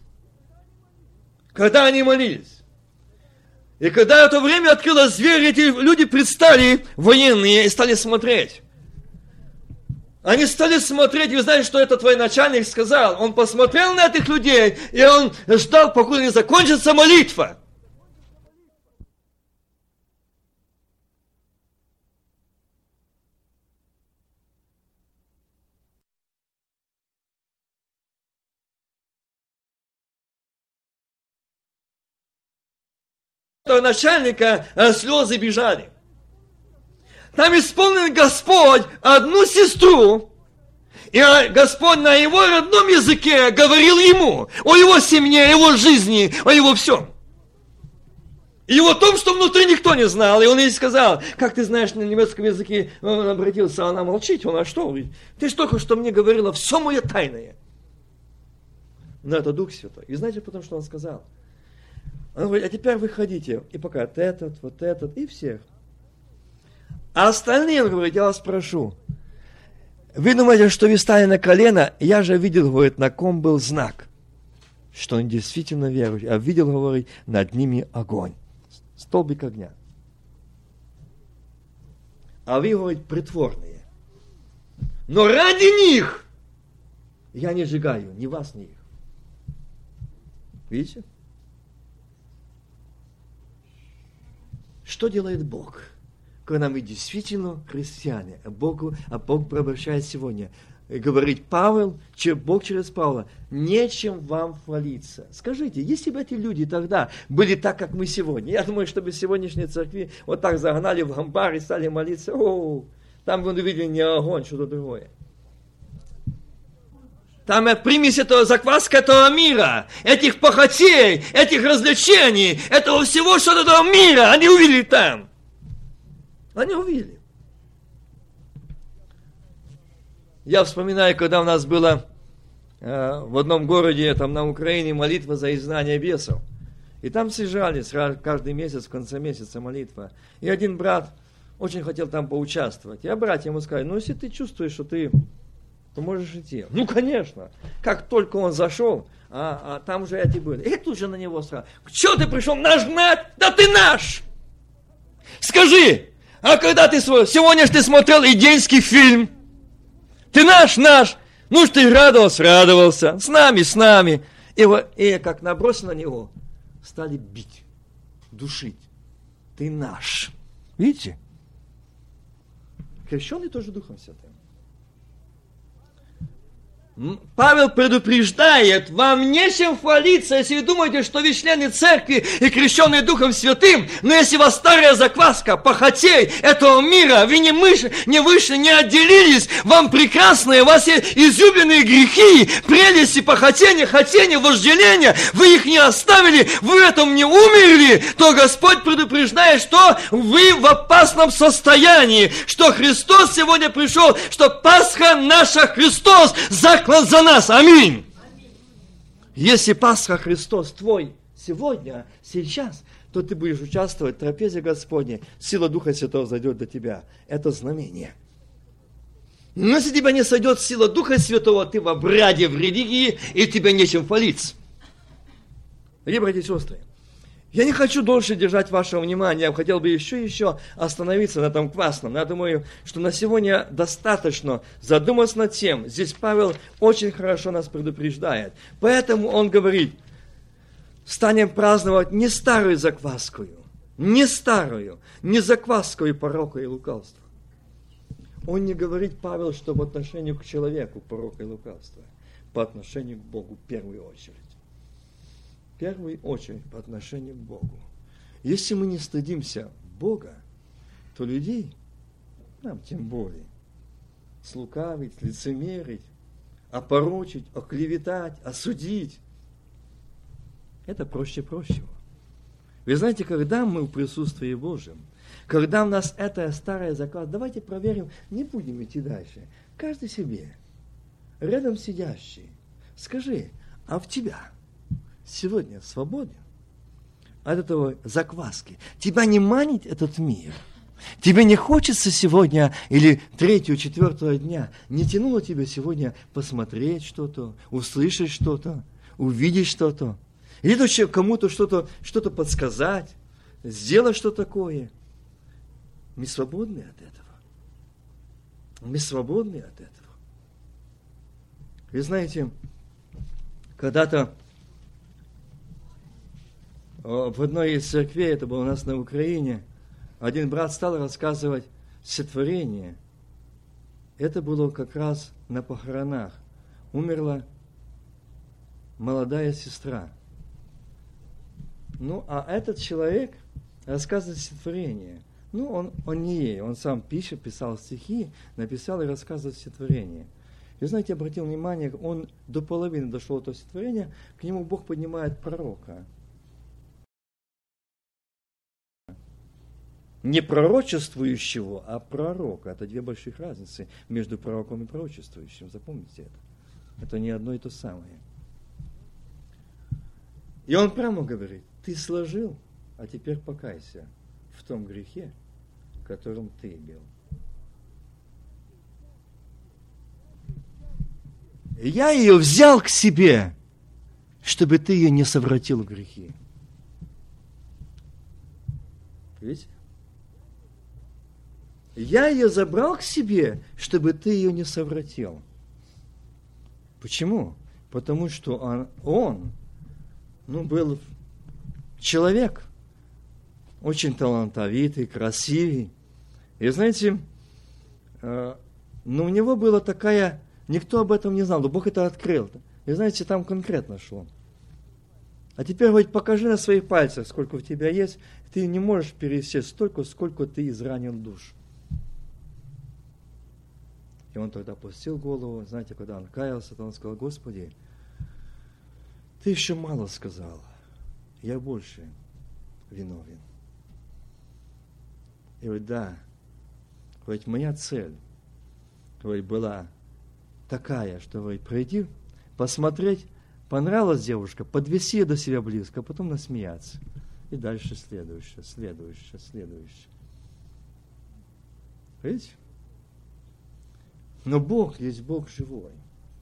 и когда в это время открылась дверь, эти люди предстали, военные, и стали смотреть. Они стали смотреть, и вы знаете, что этот военачальник сказал? Он посмотрел на этих людей, и он ждал, пока не закончится молитва. Начальника слезы бежали. Там исполнил Господь одну сестру, и Господь на его родном языке говорил ему о его семье, о его жизни, о его всем. И о том, что внутри никто не знал. И он ей сказал, как ты знаешь на немецком языке, он обратился, она молчит, он, а что? Ты ж только что мне говорила, все мое тайное. Но это Дух Святой. И знаете, потому что он сказал? Он говорит, а теперь выходите, и пока вот этот, и всех. А остальные, он говорит, я вас прошу, вы думаете, что вы стали на колено, я же видел, говорит, на ком был знак, что он действительно верующий, а видел, говорит, над ними огонь, столбик огня. А вы, говорит, притворные. Но ради них я не сжигаю ни вас, ни их. Видите? Что делает Бог, когда мы действительно христиане, а Бог обращает сегодня, и говорит Павел, Бог через Павла, нечем вам хвалиться. Скажите, если бы эти люди тогда были так, как мы сегодня, я думаю, чтобы сегодняшние церкви вот так загнали в амбар и стали молиться, там бы увидели не огонь, что-то другое. Там примесь этого закваска этого мира, этих похотей, этих развлечений, этого всего, что от этого мира, они увидели там. Они увидели. Я вспоминаю, когда у нас было в одном городе, там на Украине, молитва за изгнание бесов. И там съезжались каждый месяц, в конце месяца молитва. И один брат очень хотел там поучаствовать. Я братьям ему сказал, если ты чувствуешь, что ты то можешь идти. Ну, конечно. Как только он зашел, там уже эти были. И тут же на него сразу. Что ты пришел нас гнать? Да ты наш! Скажи, а когда ты сегодня ж ты смотрел индейский фильм? Ты наш. Ну ж ты радовался. С нами. И как набросили на него, стали бить, душить. Ты наш. Видите? Крещенный тоже Духом Святым. Павел предупреждает, вам нечем хвалиться, если вы думаете, что вы члены церкви и крещенные Духом Святым, но если у вас старая закваска, похотей этого мира, вы не вышли, не отделились, вам прекрасные, у вас есть изъюбленные грехи, прелести, похотения, хотения, вожделения, вы их не оставили, вы в этом не умерли, то Господь предупреждает, что вы в опасном состоянии, что Христос сегодня пришел, что Пасха наша Христос заклал за нас. Аминь. Если Пасха Христос твой сегодня, сейчас, то ты будешь участвовать в трапезе Господней. Сила Духа Святого зайдет до тебя. Это знамение. Но если тебя не сойдет сила Духа Святого, ты в обряде, в религии, и тебе нечем хвалиться. Дорогие братья и сестры, я не хочу дольше держать вашего внимания, я хотел бы еще остановиться на этом классном. Я думаю, что на сегодня достаточно задуматься над тем. Здесь Павел очень хорошо нас предупреждает. Поэтому он говорит, станем праздновать не старую закваскую, не закваскую порока и лукавства. Он не говорит, Павел, что в отношении к человеку порока и лукавства, по отношению к Богу в первую очередь. В первую очередь по отношению к Богу. Если мы не стыдимся Бога, то людей, нам тем более, слукавить, лицемерить, опорочить, оклеветать, осудить, это проще прощего. Вы знаете, когда мы в присутствии Божьем, когда у нас эта старая закладка, давайте проверим, не будем идти дальше. Каждый себе, рядом сидящий, скажи, а в тебя сегодня свободен от этого закваски. Тебя не манит этот мир. Тебе не хочется сегодня или 3-4 дня, не тянуло тебя сегодня посмотреть что-то, услышать что-то, увидеть что-то, или то кому-то что-то подсказать, сделать что такое. Мы свободны от этого. Мы свободны от этого. Вы знаете, когда-то в одной из церквей, это было у нас на Украине, один брат стал рассказывать сотворение. Это было как раз на похоронах. Умерла молодая сестра. Ну, а этот человек рассказывает стихотворение. Ну, он не ей, он сам писал стихи, написал и рассказывает стихотворение. И знаете, обратил внимание, он до половины дошел до стихотворения, к нему Бог поднимает пророка. Не пророчествующего, а пророка. Это две больших разницы между пророком и пророчествующим. Запомните это. Это не одно и то самое. И он прямо говорит, ты сложил, а теперь покайся в том грехе, которым ты был. Я ее взял к себе, чтобы ты ее не совратил в грехи. Видите? Я ее забрал к себе, чтобы ты ее не совратил. Почему? Потому что он был человек, очень талантливый, красивый. И знаете, но у него была такая, никто об этом не знал, но Бог это открыл. И знаете, там конкретно шло. А теперь говорит, покажи на своих пальцах, сколько у тебя есть. Ты не можешь пересечь столько, сколько ты изранил душ. И он тогда опустил голову, знаете, когда он каялся, то он сказал, Господи, ты еще мало сказал, я больше виновен. И говорит, да, говорит, моя цель, говорит, была такая, что, говорит, пройти, посмотреть, понравилась девушка, подвеси ее до себя близко, а потом насмеяться. И дальше следующее. Видите? Но Бог есть Бог живой.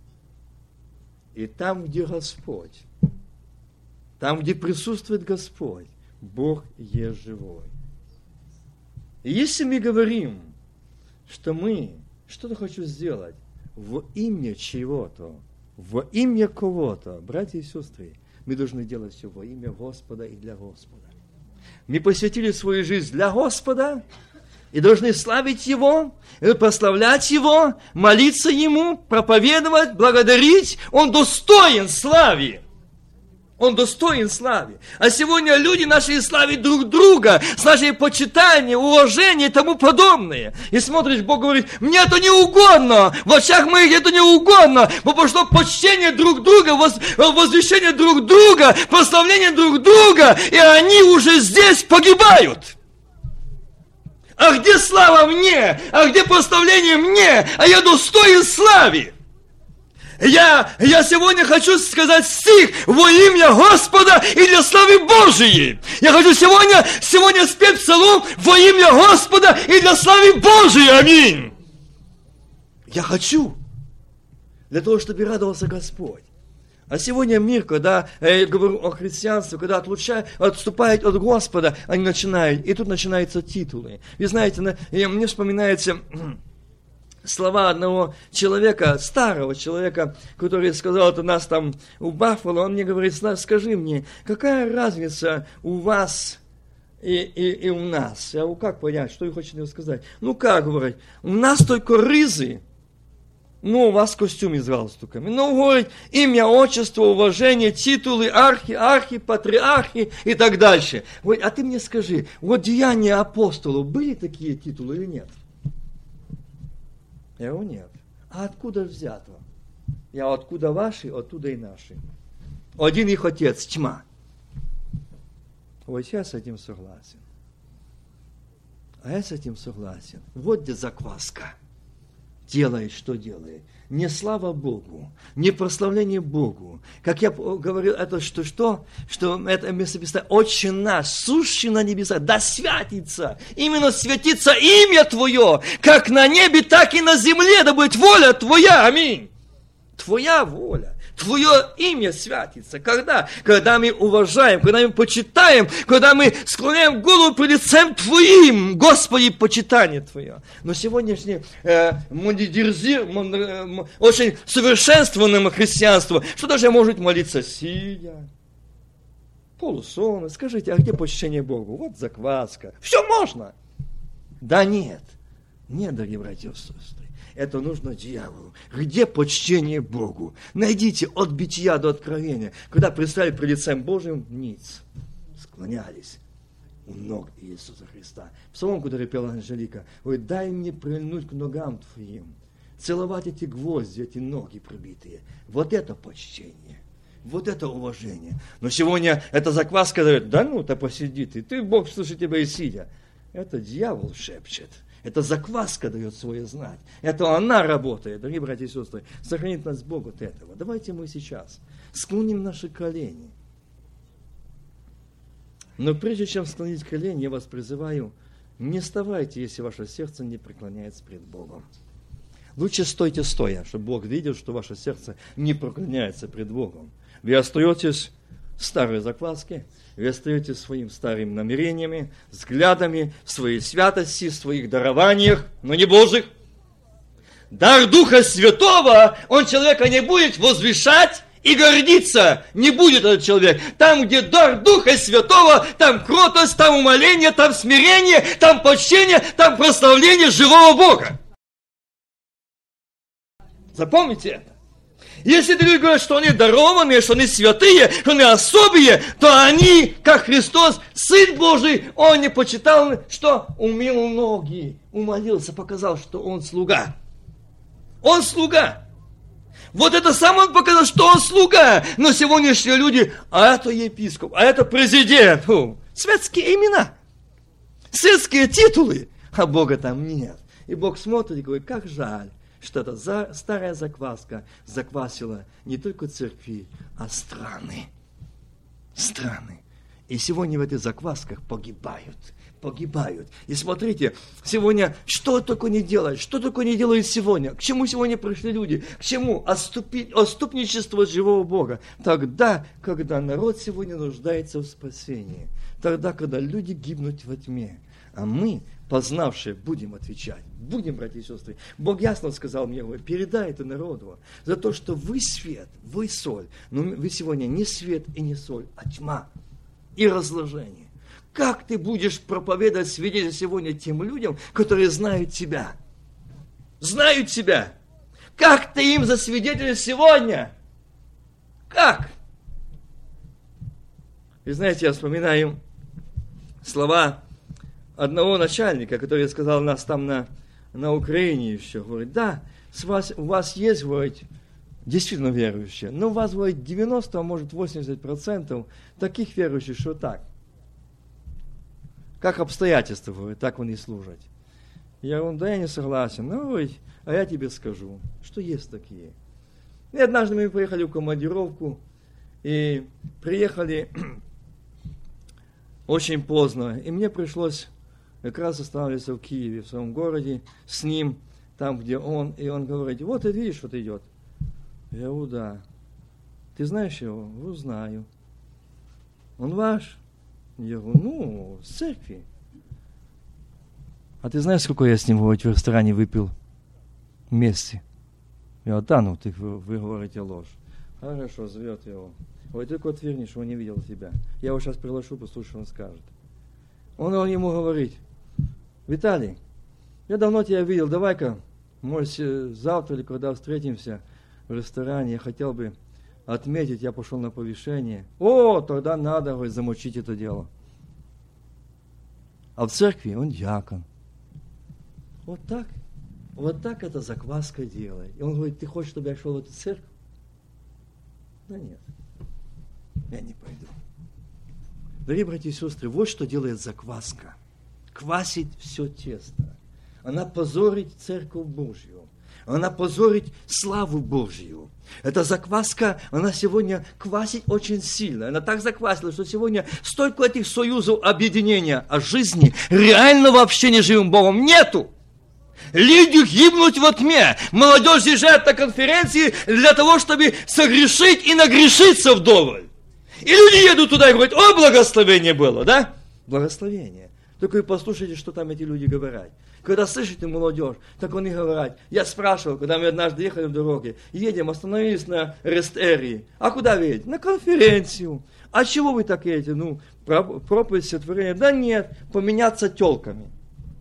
И там, где Господь, там, где присутствует Господь, Бог есть живой. И если мы говорим, что мы что-то хочу сделать во имя чего-то, во имя кого-то, братья и сестры, мы должны делать все во имя Господа и для Господа. Мы посвятили свою жизнь для Господа и должны славить Его, прославлять Его, молиться Ему, проповедовать, благодарить. Он достоин славы. Он достоин славы. А сегодня люди начали славить друг друга, начали почитание, уважение и тому подобное. И смотришь, Бог говорит, мне это не угодно, в очах моих это не угодно, потому что почтение друг друга, возвещение друг друга, прославление друг друга, и они уже здесь погибают. А где слава мне? А где прославление мне? А я достоин славы. Я сегодня хочу сказать стих во имя Господа и для славы Божией. Я хочу сегодня спеть псалом во имя Господа и для славы Божией. Аминь. Я хочу. Для того, чтобы радовался Господь. А сегодня мир, когда я говорю о христианстве, когда отступает от Господа, они начинают, и тут начинаются титулы. Вы знаете, мне вспоминается слова одного человека, старого человека, который сказал это у нас там у Баффало, он мне говорит, скажи мне, какая разница у вас и у нас? Я говорю, как понять, что я хочу сказать? Ну как, говорит, у нас только рызы, ну у вас костюмы с галстуками, ну, говорит, имя, отчество, уважение, титулы, архи, патриархи и так дальше. Говорит, а ты мне скажи, вот деяния апостолов, были такие титулы или нет? Я говорю, нет. А откуда взято? Я откуда ваши, оттуда и наши. Один их отец, тьма. Вот я с этим согласен. А я с этим согласен. Вот где закваска. Делает, что делает. Не слава Богу, не прославление Богу. Как я говорил, это что это местописание, Отче наш, сущий на небесах, да святится, именно святится имя Твое, как на небе, так и на земле, да будет воля Твоя, аминь. Твоя воля, Твое имя святится. Когда? Когда мы уважаем, когда мы почитаем, когда мы склоняем голову пред лицем Твоим, Господи, почитание Твое. Но сегодняшнее очень совершенствованное христианство, что даже может молиться сидя, полусонно. Скажите, а где почтение Богу? Вот закваска. Все можно. Да нет. Нет, дорогие братья и сестры. Это нужно дьяволу. Где почтение Богу? Найдите от бытия до откровения. Когда предстали пред лицем Божьим, ниц. Склонялись у ног Иисуса Христа. Псалом, который пела Анжелика, говорит, дай мне прильнуть к ногам Твоим. Целовать эти гвозди, эти ноги пробитые. Вот это почтение. Вот это уважение. Но сегодня эта закваска говорит, да ну, ты посиди ты Бог слышит тебя и сидя. Это дьявол шепчет. Это закваска дает свое знать. Это она работает. Дорогие братья и сестры, сохранит нас Бог от этого. Давайте мы сейчас склоним наши колени. Но прежде чем склонить колени, я вас призываю, не вставайте, если ваше сердце не преклоняется пред Богом. Лучше стойте стоя, чтобы Бог видел, что ваше сердце не преклоняется пред Богом. Вы остаетесь в старой закваске, вы остаетесь своими старыми намерениями, взглядами, в своей святости, в своих дарованиях, но не Божьих. Дар Духа Святого, он человека не будет возвышать и гордиться. Не будет этот человек. Там, где дар Духа Святого, там кротость, там умоление, там смирение, там почтение, там прославление живого Бога. Запомните это. Если люди говорят, что они дарованные, что они святые, что они особые, то они, как Христос, Сын Божий, Он не почитал, что умыл ноги, умолился, показал, что Он слуга. Он слуга. Вот это сам Он показал, что Он слуга. Но сегодняшние люди, а это епископ, а это президент. Светские имена, светские титулы, а Бога там нет. И Бог смотрит и говорит, как жаль, что эта старая закваска заквасила не только церкви, а страны. Страны. И сегодня в этих заквасках погибают погибают. И смотрите, сегодня что только не делают, что только не делают сегодня. К чему сегодня пришли люди? К чему? Отступничество от живого Бога. Тогда, когда народ сегодня нуждается в спасении. Тогда, когда люди гибнут во тьме. А мы, познавшие, будем отвечать. Будем, братья и сестры. Бог ясно сказал мне, передай это народу. За то, что вы свет, вы соль. Но вы сегодня не свет и не соль, а тьма и разложение. Как ты будешь проповедовать свидетель сегодня тем людям, которые знают тебя? Знают тебя. Как ты им засвидетелишь сегодня? Как? И знаете, я вспоминаю слова одного начальника, который сказал нас там на Украине еще. Говорит, да, у вас есть, говорит, действительно верующие, но у вас, говорит, 90, а может 80% таких верующих, что так. Как обстоятельства, говорит, так он и служит. Я говорю, да я не согласен. Ну, говорит, а я тебе скажу, что есть такие. И однажды мы поехали в командировку, и приехали очень поздно, и мне пришлось как раз останавливаться в Киеве, в своем городе, с ним, там, где он, и он говорит, вот ты видишь, вот идет. Я говорю, да. Ты знаешь его? Я говорю, знаю. Он ваш? Я говорю, ну, с церкви. А ты знаешь, сколько я с ним в ресторане выпил вместе? Я говорю, да, ну, вы говорите ложь. Хорошо, зовет его. Ой, только отверни, что он не видел тебя. Я его сейчас приглашу, послушай, что он скажет. Он ему говорит, Виталий, я давно тебя видел, давай-ка, может, завтра или когда встретимся в ресторане, я хотел бы отметить, я пошел на повышение. О, тогда надо, говорит, замочить это дело. А в церкви он диакон. Вот так эта закваска делает. И он говорит, ты хочешь, чтобы я шел в эту церковь? Да нет, я не пойду. Дорогие братья и сестры, вот что делает закваска. Квасит все тесто. Она позорит Церковь Божью. Она позорит славу Божью. Эта закваска, она сегодня квасит очень сильно. Она так заквасила, что сегодня столько этих союзов объединения о жизни реального общения с живым Богом нету. Люди гибнут во тьме. Молодежь езжает на конференции для того, чтобы согрешить и нагрешиться вдоволь. И люди едут туда и говорят, о, благословение было, да? Благословение. Только вы послушайте, что там эти люди говорят. Когда слышите молодежь, так они говорят. Я спрашивал, когда мы однажды ехали в дороге, едем, остановились на Рестерии. А куда вы едете? На конференцию. А чего вы так едете? Ну, проповедь сотворения. Да нет, поменяться телками.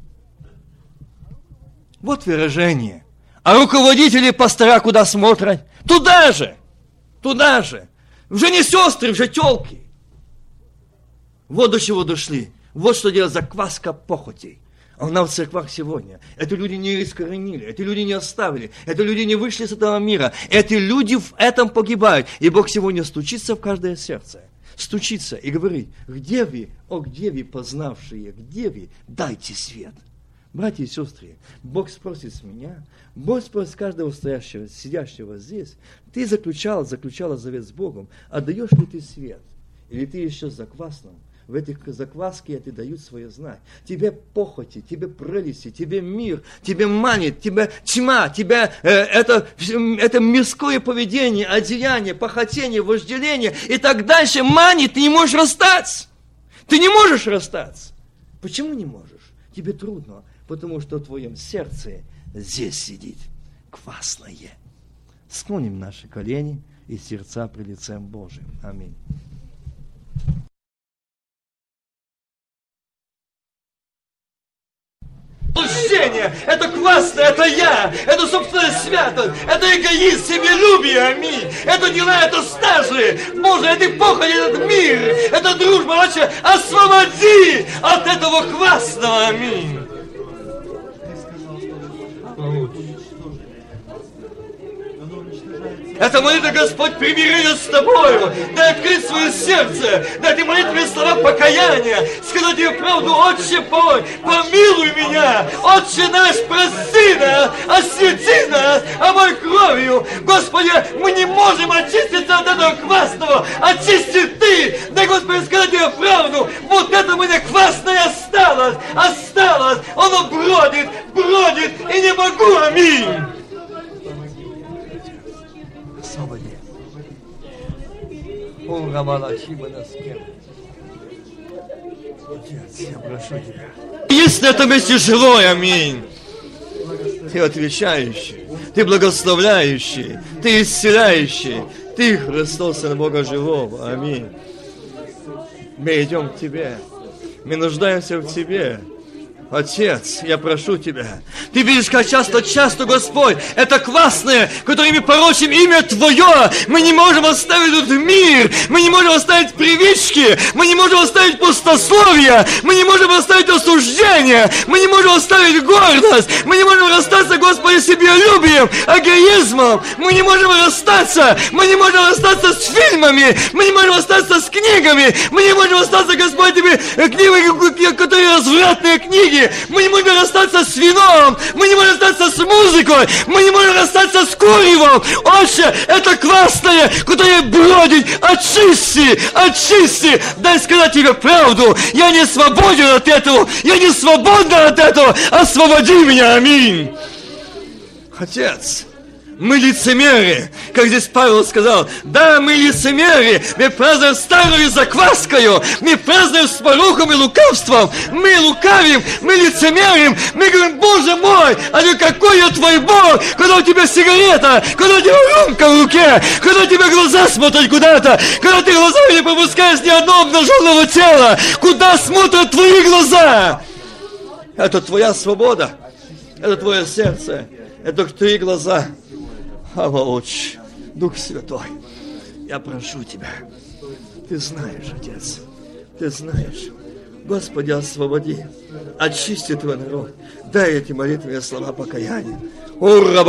Вот выражение. А руководители пастора куда смотрят? Туда же! Туда же! Уже не сестры, уже телки. Вот до чего дошли. Вот что делает закваска похотей. Она в церквах сегодня. Это люди не искоренили, эти люди не оставили, это люди не вышли с этого мира. Эти люди в этом погибают. И Бог сегодня стучится в каждое сердце. Стучится и говорит, где вы, где вы познавшие, где вы, дайте свет. Братья и сестры, Бог спросит с меня, Бог спросит с каждого стоящего, сидящего здесь, ты заключала завет с Богом, отдаешь ли ты свет? Или ты еще заквасным? В этих закваске ты дают свое знать. Тебе похоти, тебе прелести, тебе мир, тебе манит, тебе тьма, тебе это мирское поведение, одеяние, похотение, вожделение и так дальше манит, ты не можешь расстаться. Ты не можешь расстаться. Почему не можешь? Тебе трудно, потому что в твоем сердце здесь сидит квасное. Склоним наши колени и сердца пред лицем Божьим. Аминь. Заблуждение, это квасное, это я, это собственная святость, это эгоизм, себелюбие, аминь. Это дела, это стажи, Боже, это похоть, этот мир, это дружба, вообще освободи от этого квасного, аминь. Это молитва, Господь, примирения с Тобою. Дай открыть свое сердце. Дай Ты молитве слова покаяния. Сказать Тебе правду, Отче мой, помилуй меня. Отче наш, прости нас, освети нас, омой кровью. Господи, мы не можем очиститься от этого квасного. Очисти Ты. Дай, Господи, сказать Тебе правду. Вот это мне квасное осталось. Осталось. Оно бродит, бродит, и не могу. Аминь. Освободи. О, Рамала Шибана Скем. Отец, я прошу Тебя. Есть на этом месте живой, аминь. Ты отвечающий, Ты благословляющий, Ты исцеляющий, Ты Христос, Сын Бога Живого, аминь. Мы идем к Тебе, мы нуждаемся в Тебе. Отец, я прошу Тебя. Ты видишь, как часто, Господь, это квасное, которыми порочим имя Твое. Мы не можем оставить этот мир. Мы не можем оставить привычки. Мы не можем оставить пустословие. Мы не можем оставить осуждение. Мы не можем оставить гордость. Мы не можем расстаться, Господи, с себялюбием, эгоизмом. Мы не можем расстаться. Мы не можем расстаться с фильмами. Мы не можем расстаться с книгами. Мы не можем расстаться, Господь, книгами, которые развратные книги. Мы не можем расстаться с вином, мы не можем расстаться с музыкой, мы не можем расстаться с куревом. Отче, это квасное, которое бродит. Очисти, очисти. Дай сказать Тебе правду. Я не свободен от этого, я не свободна от этого. Освободи меня, аминь. Отец, мы лицемеры, как здесь Павел сказал. Да, мы лицемеры, мы празднуем старую закваскою, мы празднуем с пороком и лукавством, мы лукавим, мы лицемерим, мы говорим, Боже мой, а какой я Твой Бог, когда у Тебя сигарета, когда у Тебя рюмка в руке, когда у Тебя глаза смотрят куда-то, когда Ты глазами не пропускаешь ни одного обнаженного тела, куда смотрят Твои глаза? Это Твоя свобода, это Твое сердце, это Твои глаза. Ава, Отче, Дух Святой, я прошу Тебя, Ты знаешь, Отец, Ты знаешь, Господи, освободи, очисти Твой народ, дай эти молитвенные слова покаяния. Ибо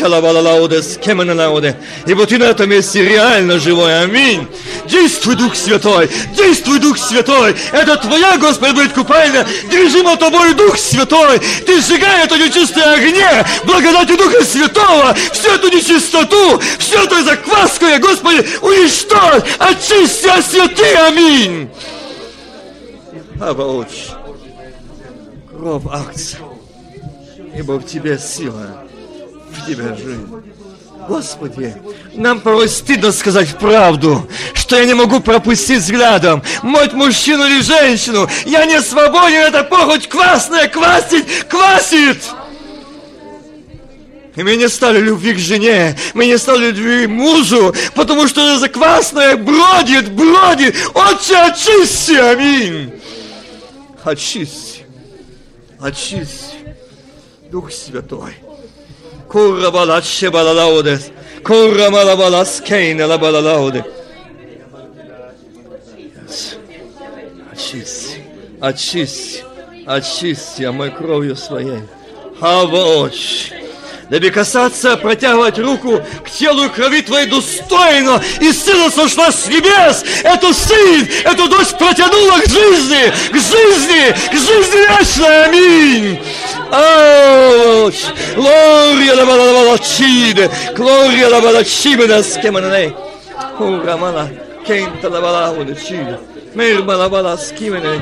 Ты на этом месте реально живой, аминь. Действуй, Дух Святой, действуй, Дух Святой. Это Твоя, Господи, будет купальня, движима Тобой, Дух Святой. Ты сжигай это нечистое огне, благодати Духа Святого, всю эту нечистоту, всю эту закваску, Господи, уничтожь, очисти, освети, аминь. Ава, Отче, кровь акция, ибо в Тебе сила, в Тебя жизнь. Господи, нам порой стыдно сказать правду, что я не могу пропустить взглядом мать мужчину или женщину. Я не свободен, эта похоть квасная, квасит. И мы не стали любви к жене, мы не стали любви к мужу, потому что это квасное бродит. Отче, очисти, аминь. Очисти, очисти, Дух Святой. Курра балаче балалаудес, курра малабалас кейна лабалалауде. Очисти, очисти, очисти, омой кровью Своей. Ава, Отче, дай касаться, протягивать руку к телу и крови Твоей достойно, и Сына сошла с небес. Эту Сын, эту дочь протянула к жизни вечной, аминь. Глория la balacide, gloria la balacide da schemene. Ora mala, kenta la balaude cide. Merma la balaskimene.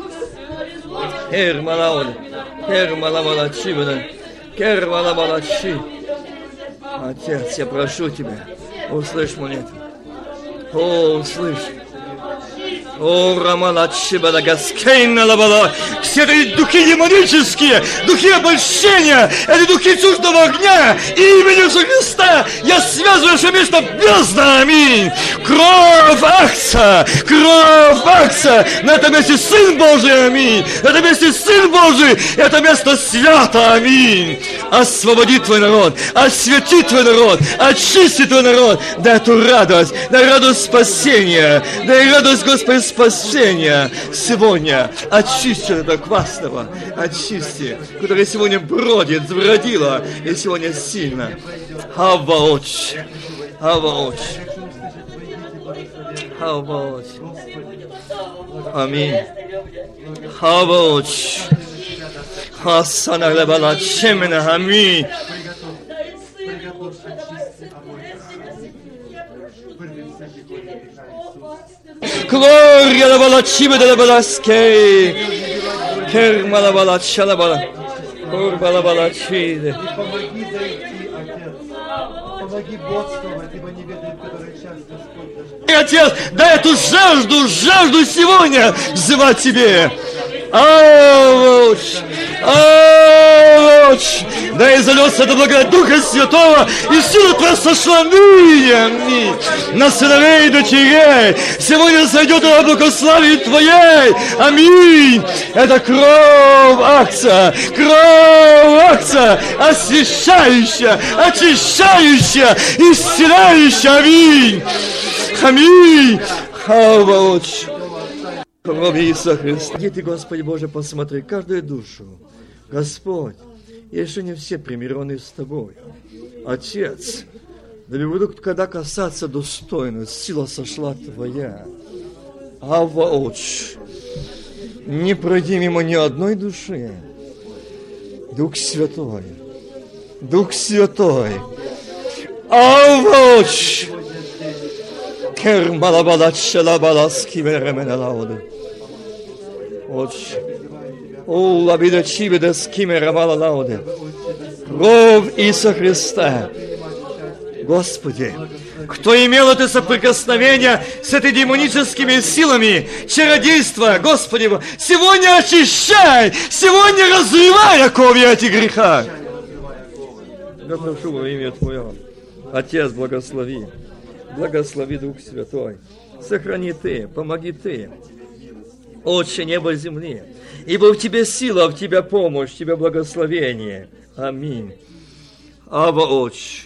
Herma la balacide. Керма la балачи. Отец, я прошу Тебя, услышь молитву. О, услышь. О, Рамалачи Балагаскейна Лабала. Все эти духи демонические, духи обольщения, эти духи чуждого огня, и именем Христа я связываю все место бездна, аминь. Кровь акция, на этом месте Сын Божий, аминь. На этом месте Сын Божий, это место свято, аминь. Освободи Твой народ, освети Твой народ, очисти Твой народ, дай эту радость, дай радость спасения, дай радость, Господи, спасения сегодня. Очисти этого квасного, очисти, которое сегодня бродило, и сегодня сильно. Ава, Отче, Авоч. Авоч. Аминь. Авоч. Хасана лебала чемена. Аминь. Глория лебала чибеда лебала скей. Керма лебала чалабала. Курба лебала чиде. Помоги бодствовать, ибо не ведает, который час Господь. Отец, дай эту жажду сегодня взывать Тебе. Ауч! Ауч! Да изольется до благодать Духа Святого, и сила Твоя сошла ныне, аминь, на сыновей и дочерей. Сегодня зайдет на благословие Твоей, аминь. Это кровь акция, освящающая, очищающая, исцеляющая, аминь. Аминь. Ауч! Кровь Иисуса Христа. Иди Ты, Господи Боже, посмотри каждую душу. Господь, еще не все примирены с Тобой. Отец, да не буду когда касаться достойно, сила сошла Твоя. Авоч, не пройди мимо ни одной души. Дух Святой, Дух Святой. Авоч! Кермалабала чалабала скимеремена лауды. Отче, о, лабида чибеда скимеремала лауды. Кровь Иисуса Христа. Господи, кто имел это соприкосновение с этой демоническими силами, чародейства, Господи, сегодня очищай, сегодня разрывай оковы этих греха. Я прошу во имя Твое, Отец, благослови. Благослови, Дух Святой. Сохрани Ты, помоги Ты. Отче неба и земли. Ибо в Тебе сила, в Тебя помощь, в Тебя благословение. Аминь. Ава Отче.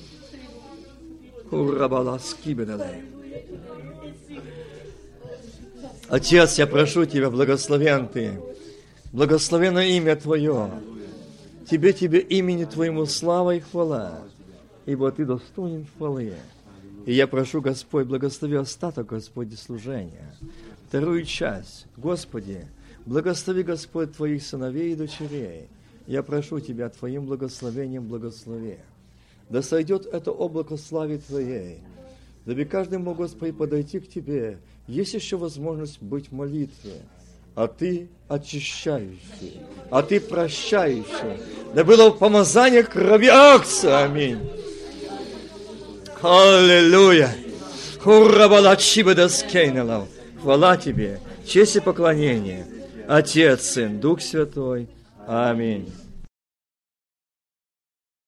Отец, я прошу Тебя, благословен Ты. Благословено имя Твое. Тебе имени Твоему слава и хвала. Ибо Ты достоин хвалы. И я прошу, Господь, благослови остаток, Господи, служения. Вторую часть. Господи, благослови, Господь, Твоих сыновей и дочерей. Я прошу Тебя, Твоим благословением благослови. Да сойдет это облако славы Твоей. Дабы каждый мог, Господи, подойти к Тебе. Есть еще возможность быть в молитве. А Ты очищающий, а Ты прощающий. Да было помазание крови акция. Аминь. Аллилуйя! Хурабала чибеда скейнелав. Хвала Тебе, честь и поклонение. Отец, Сын, Дух Святой. Аминь.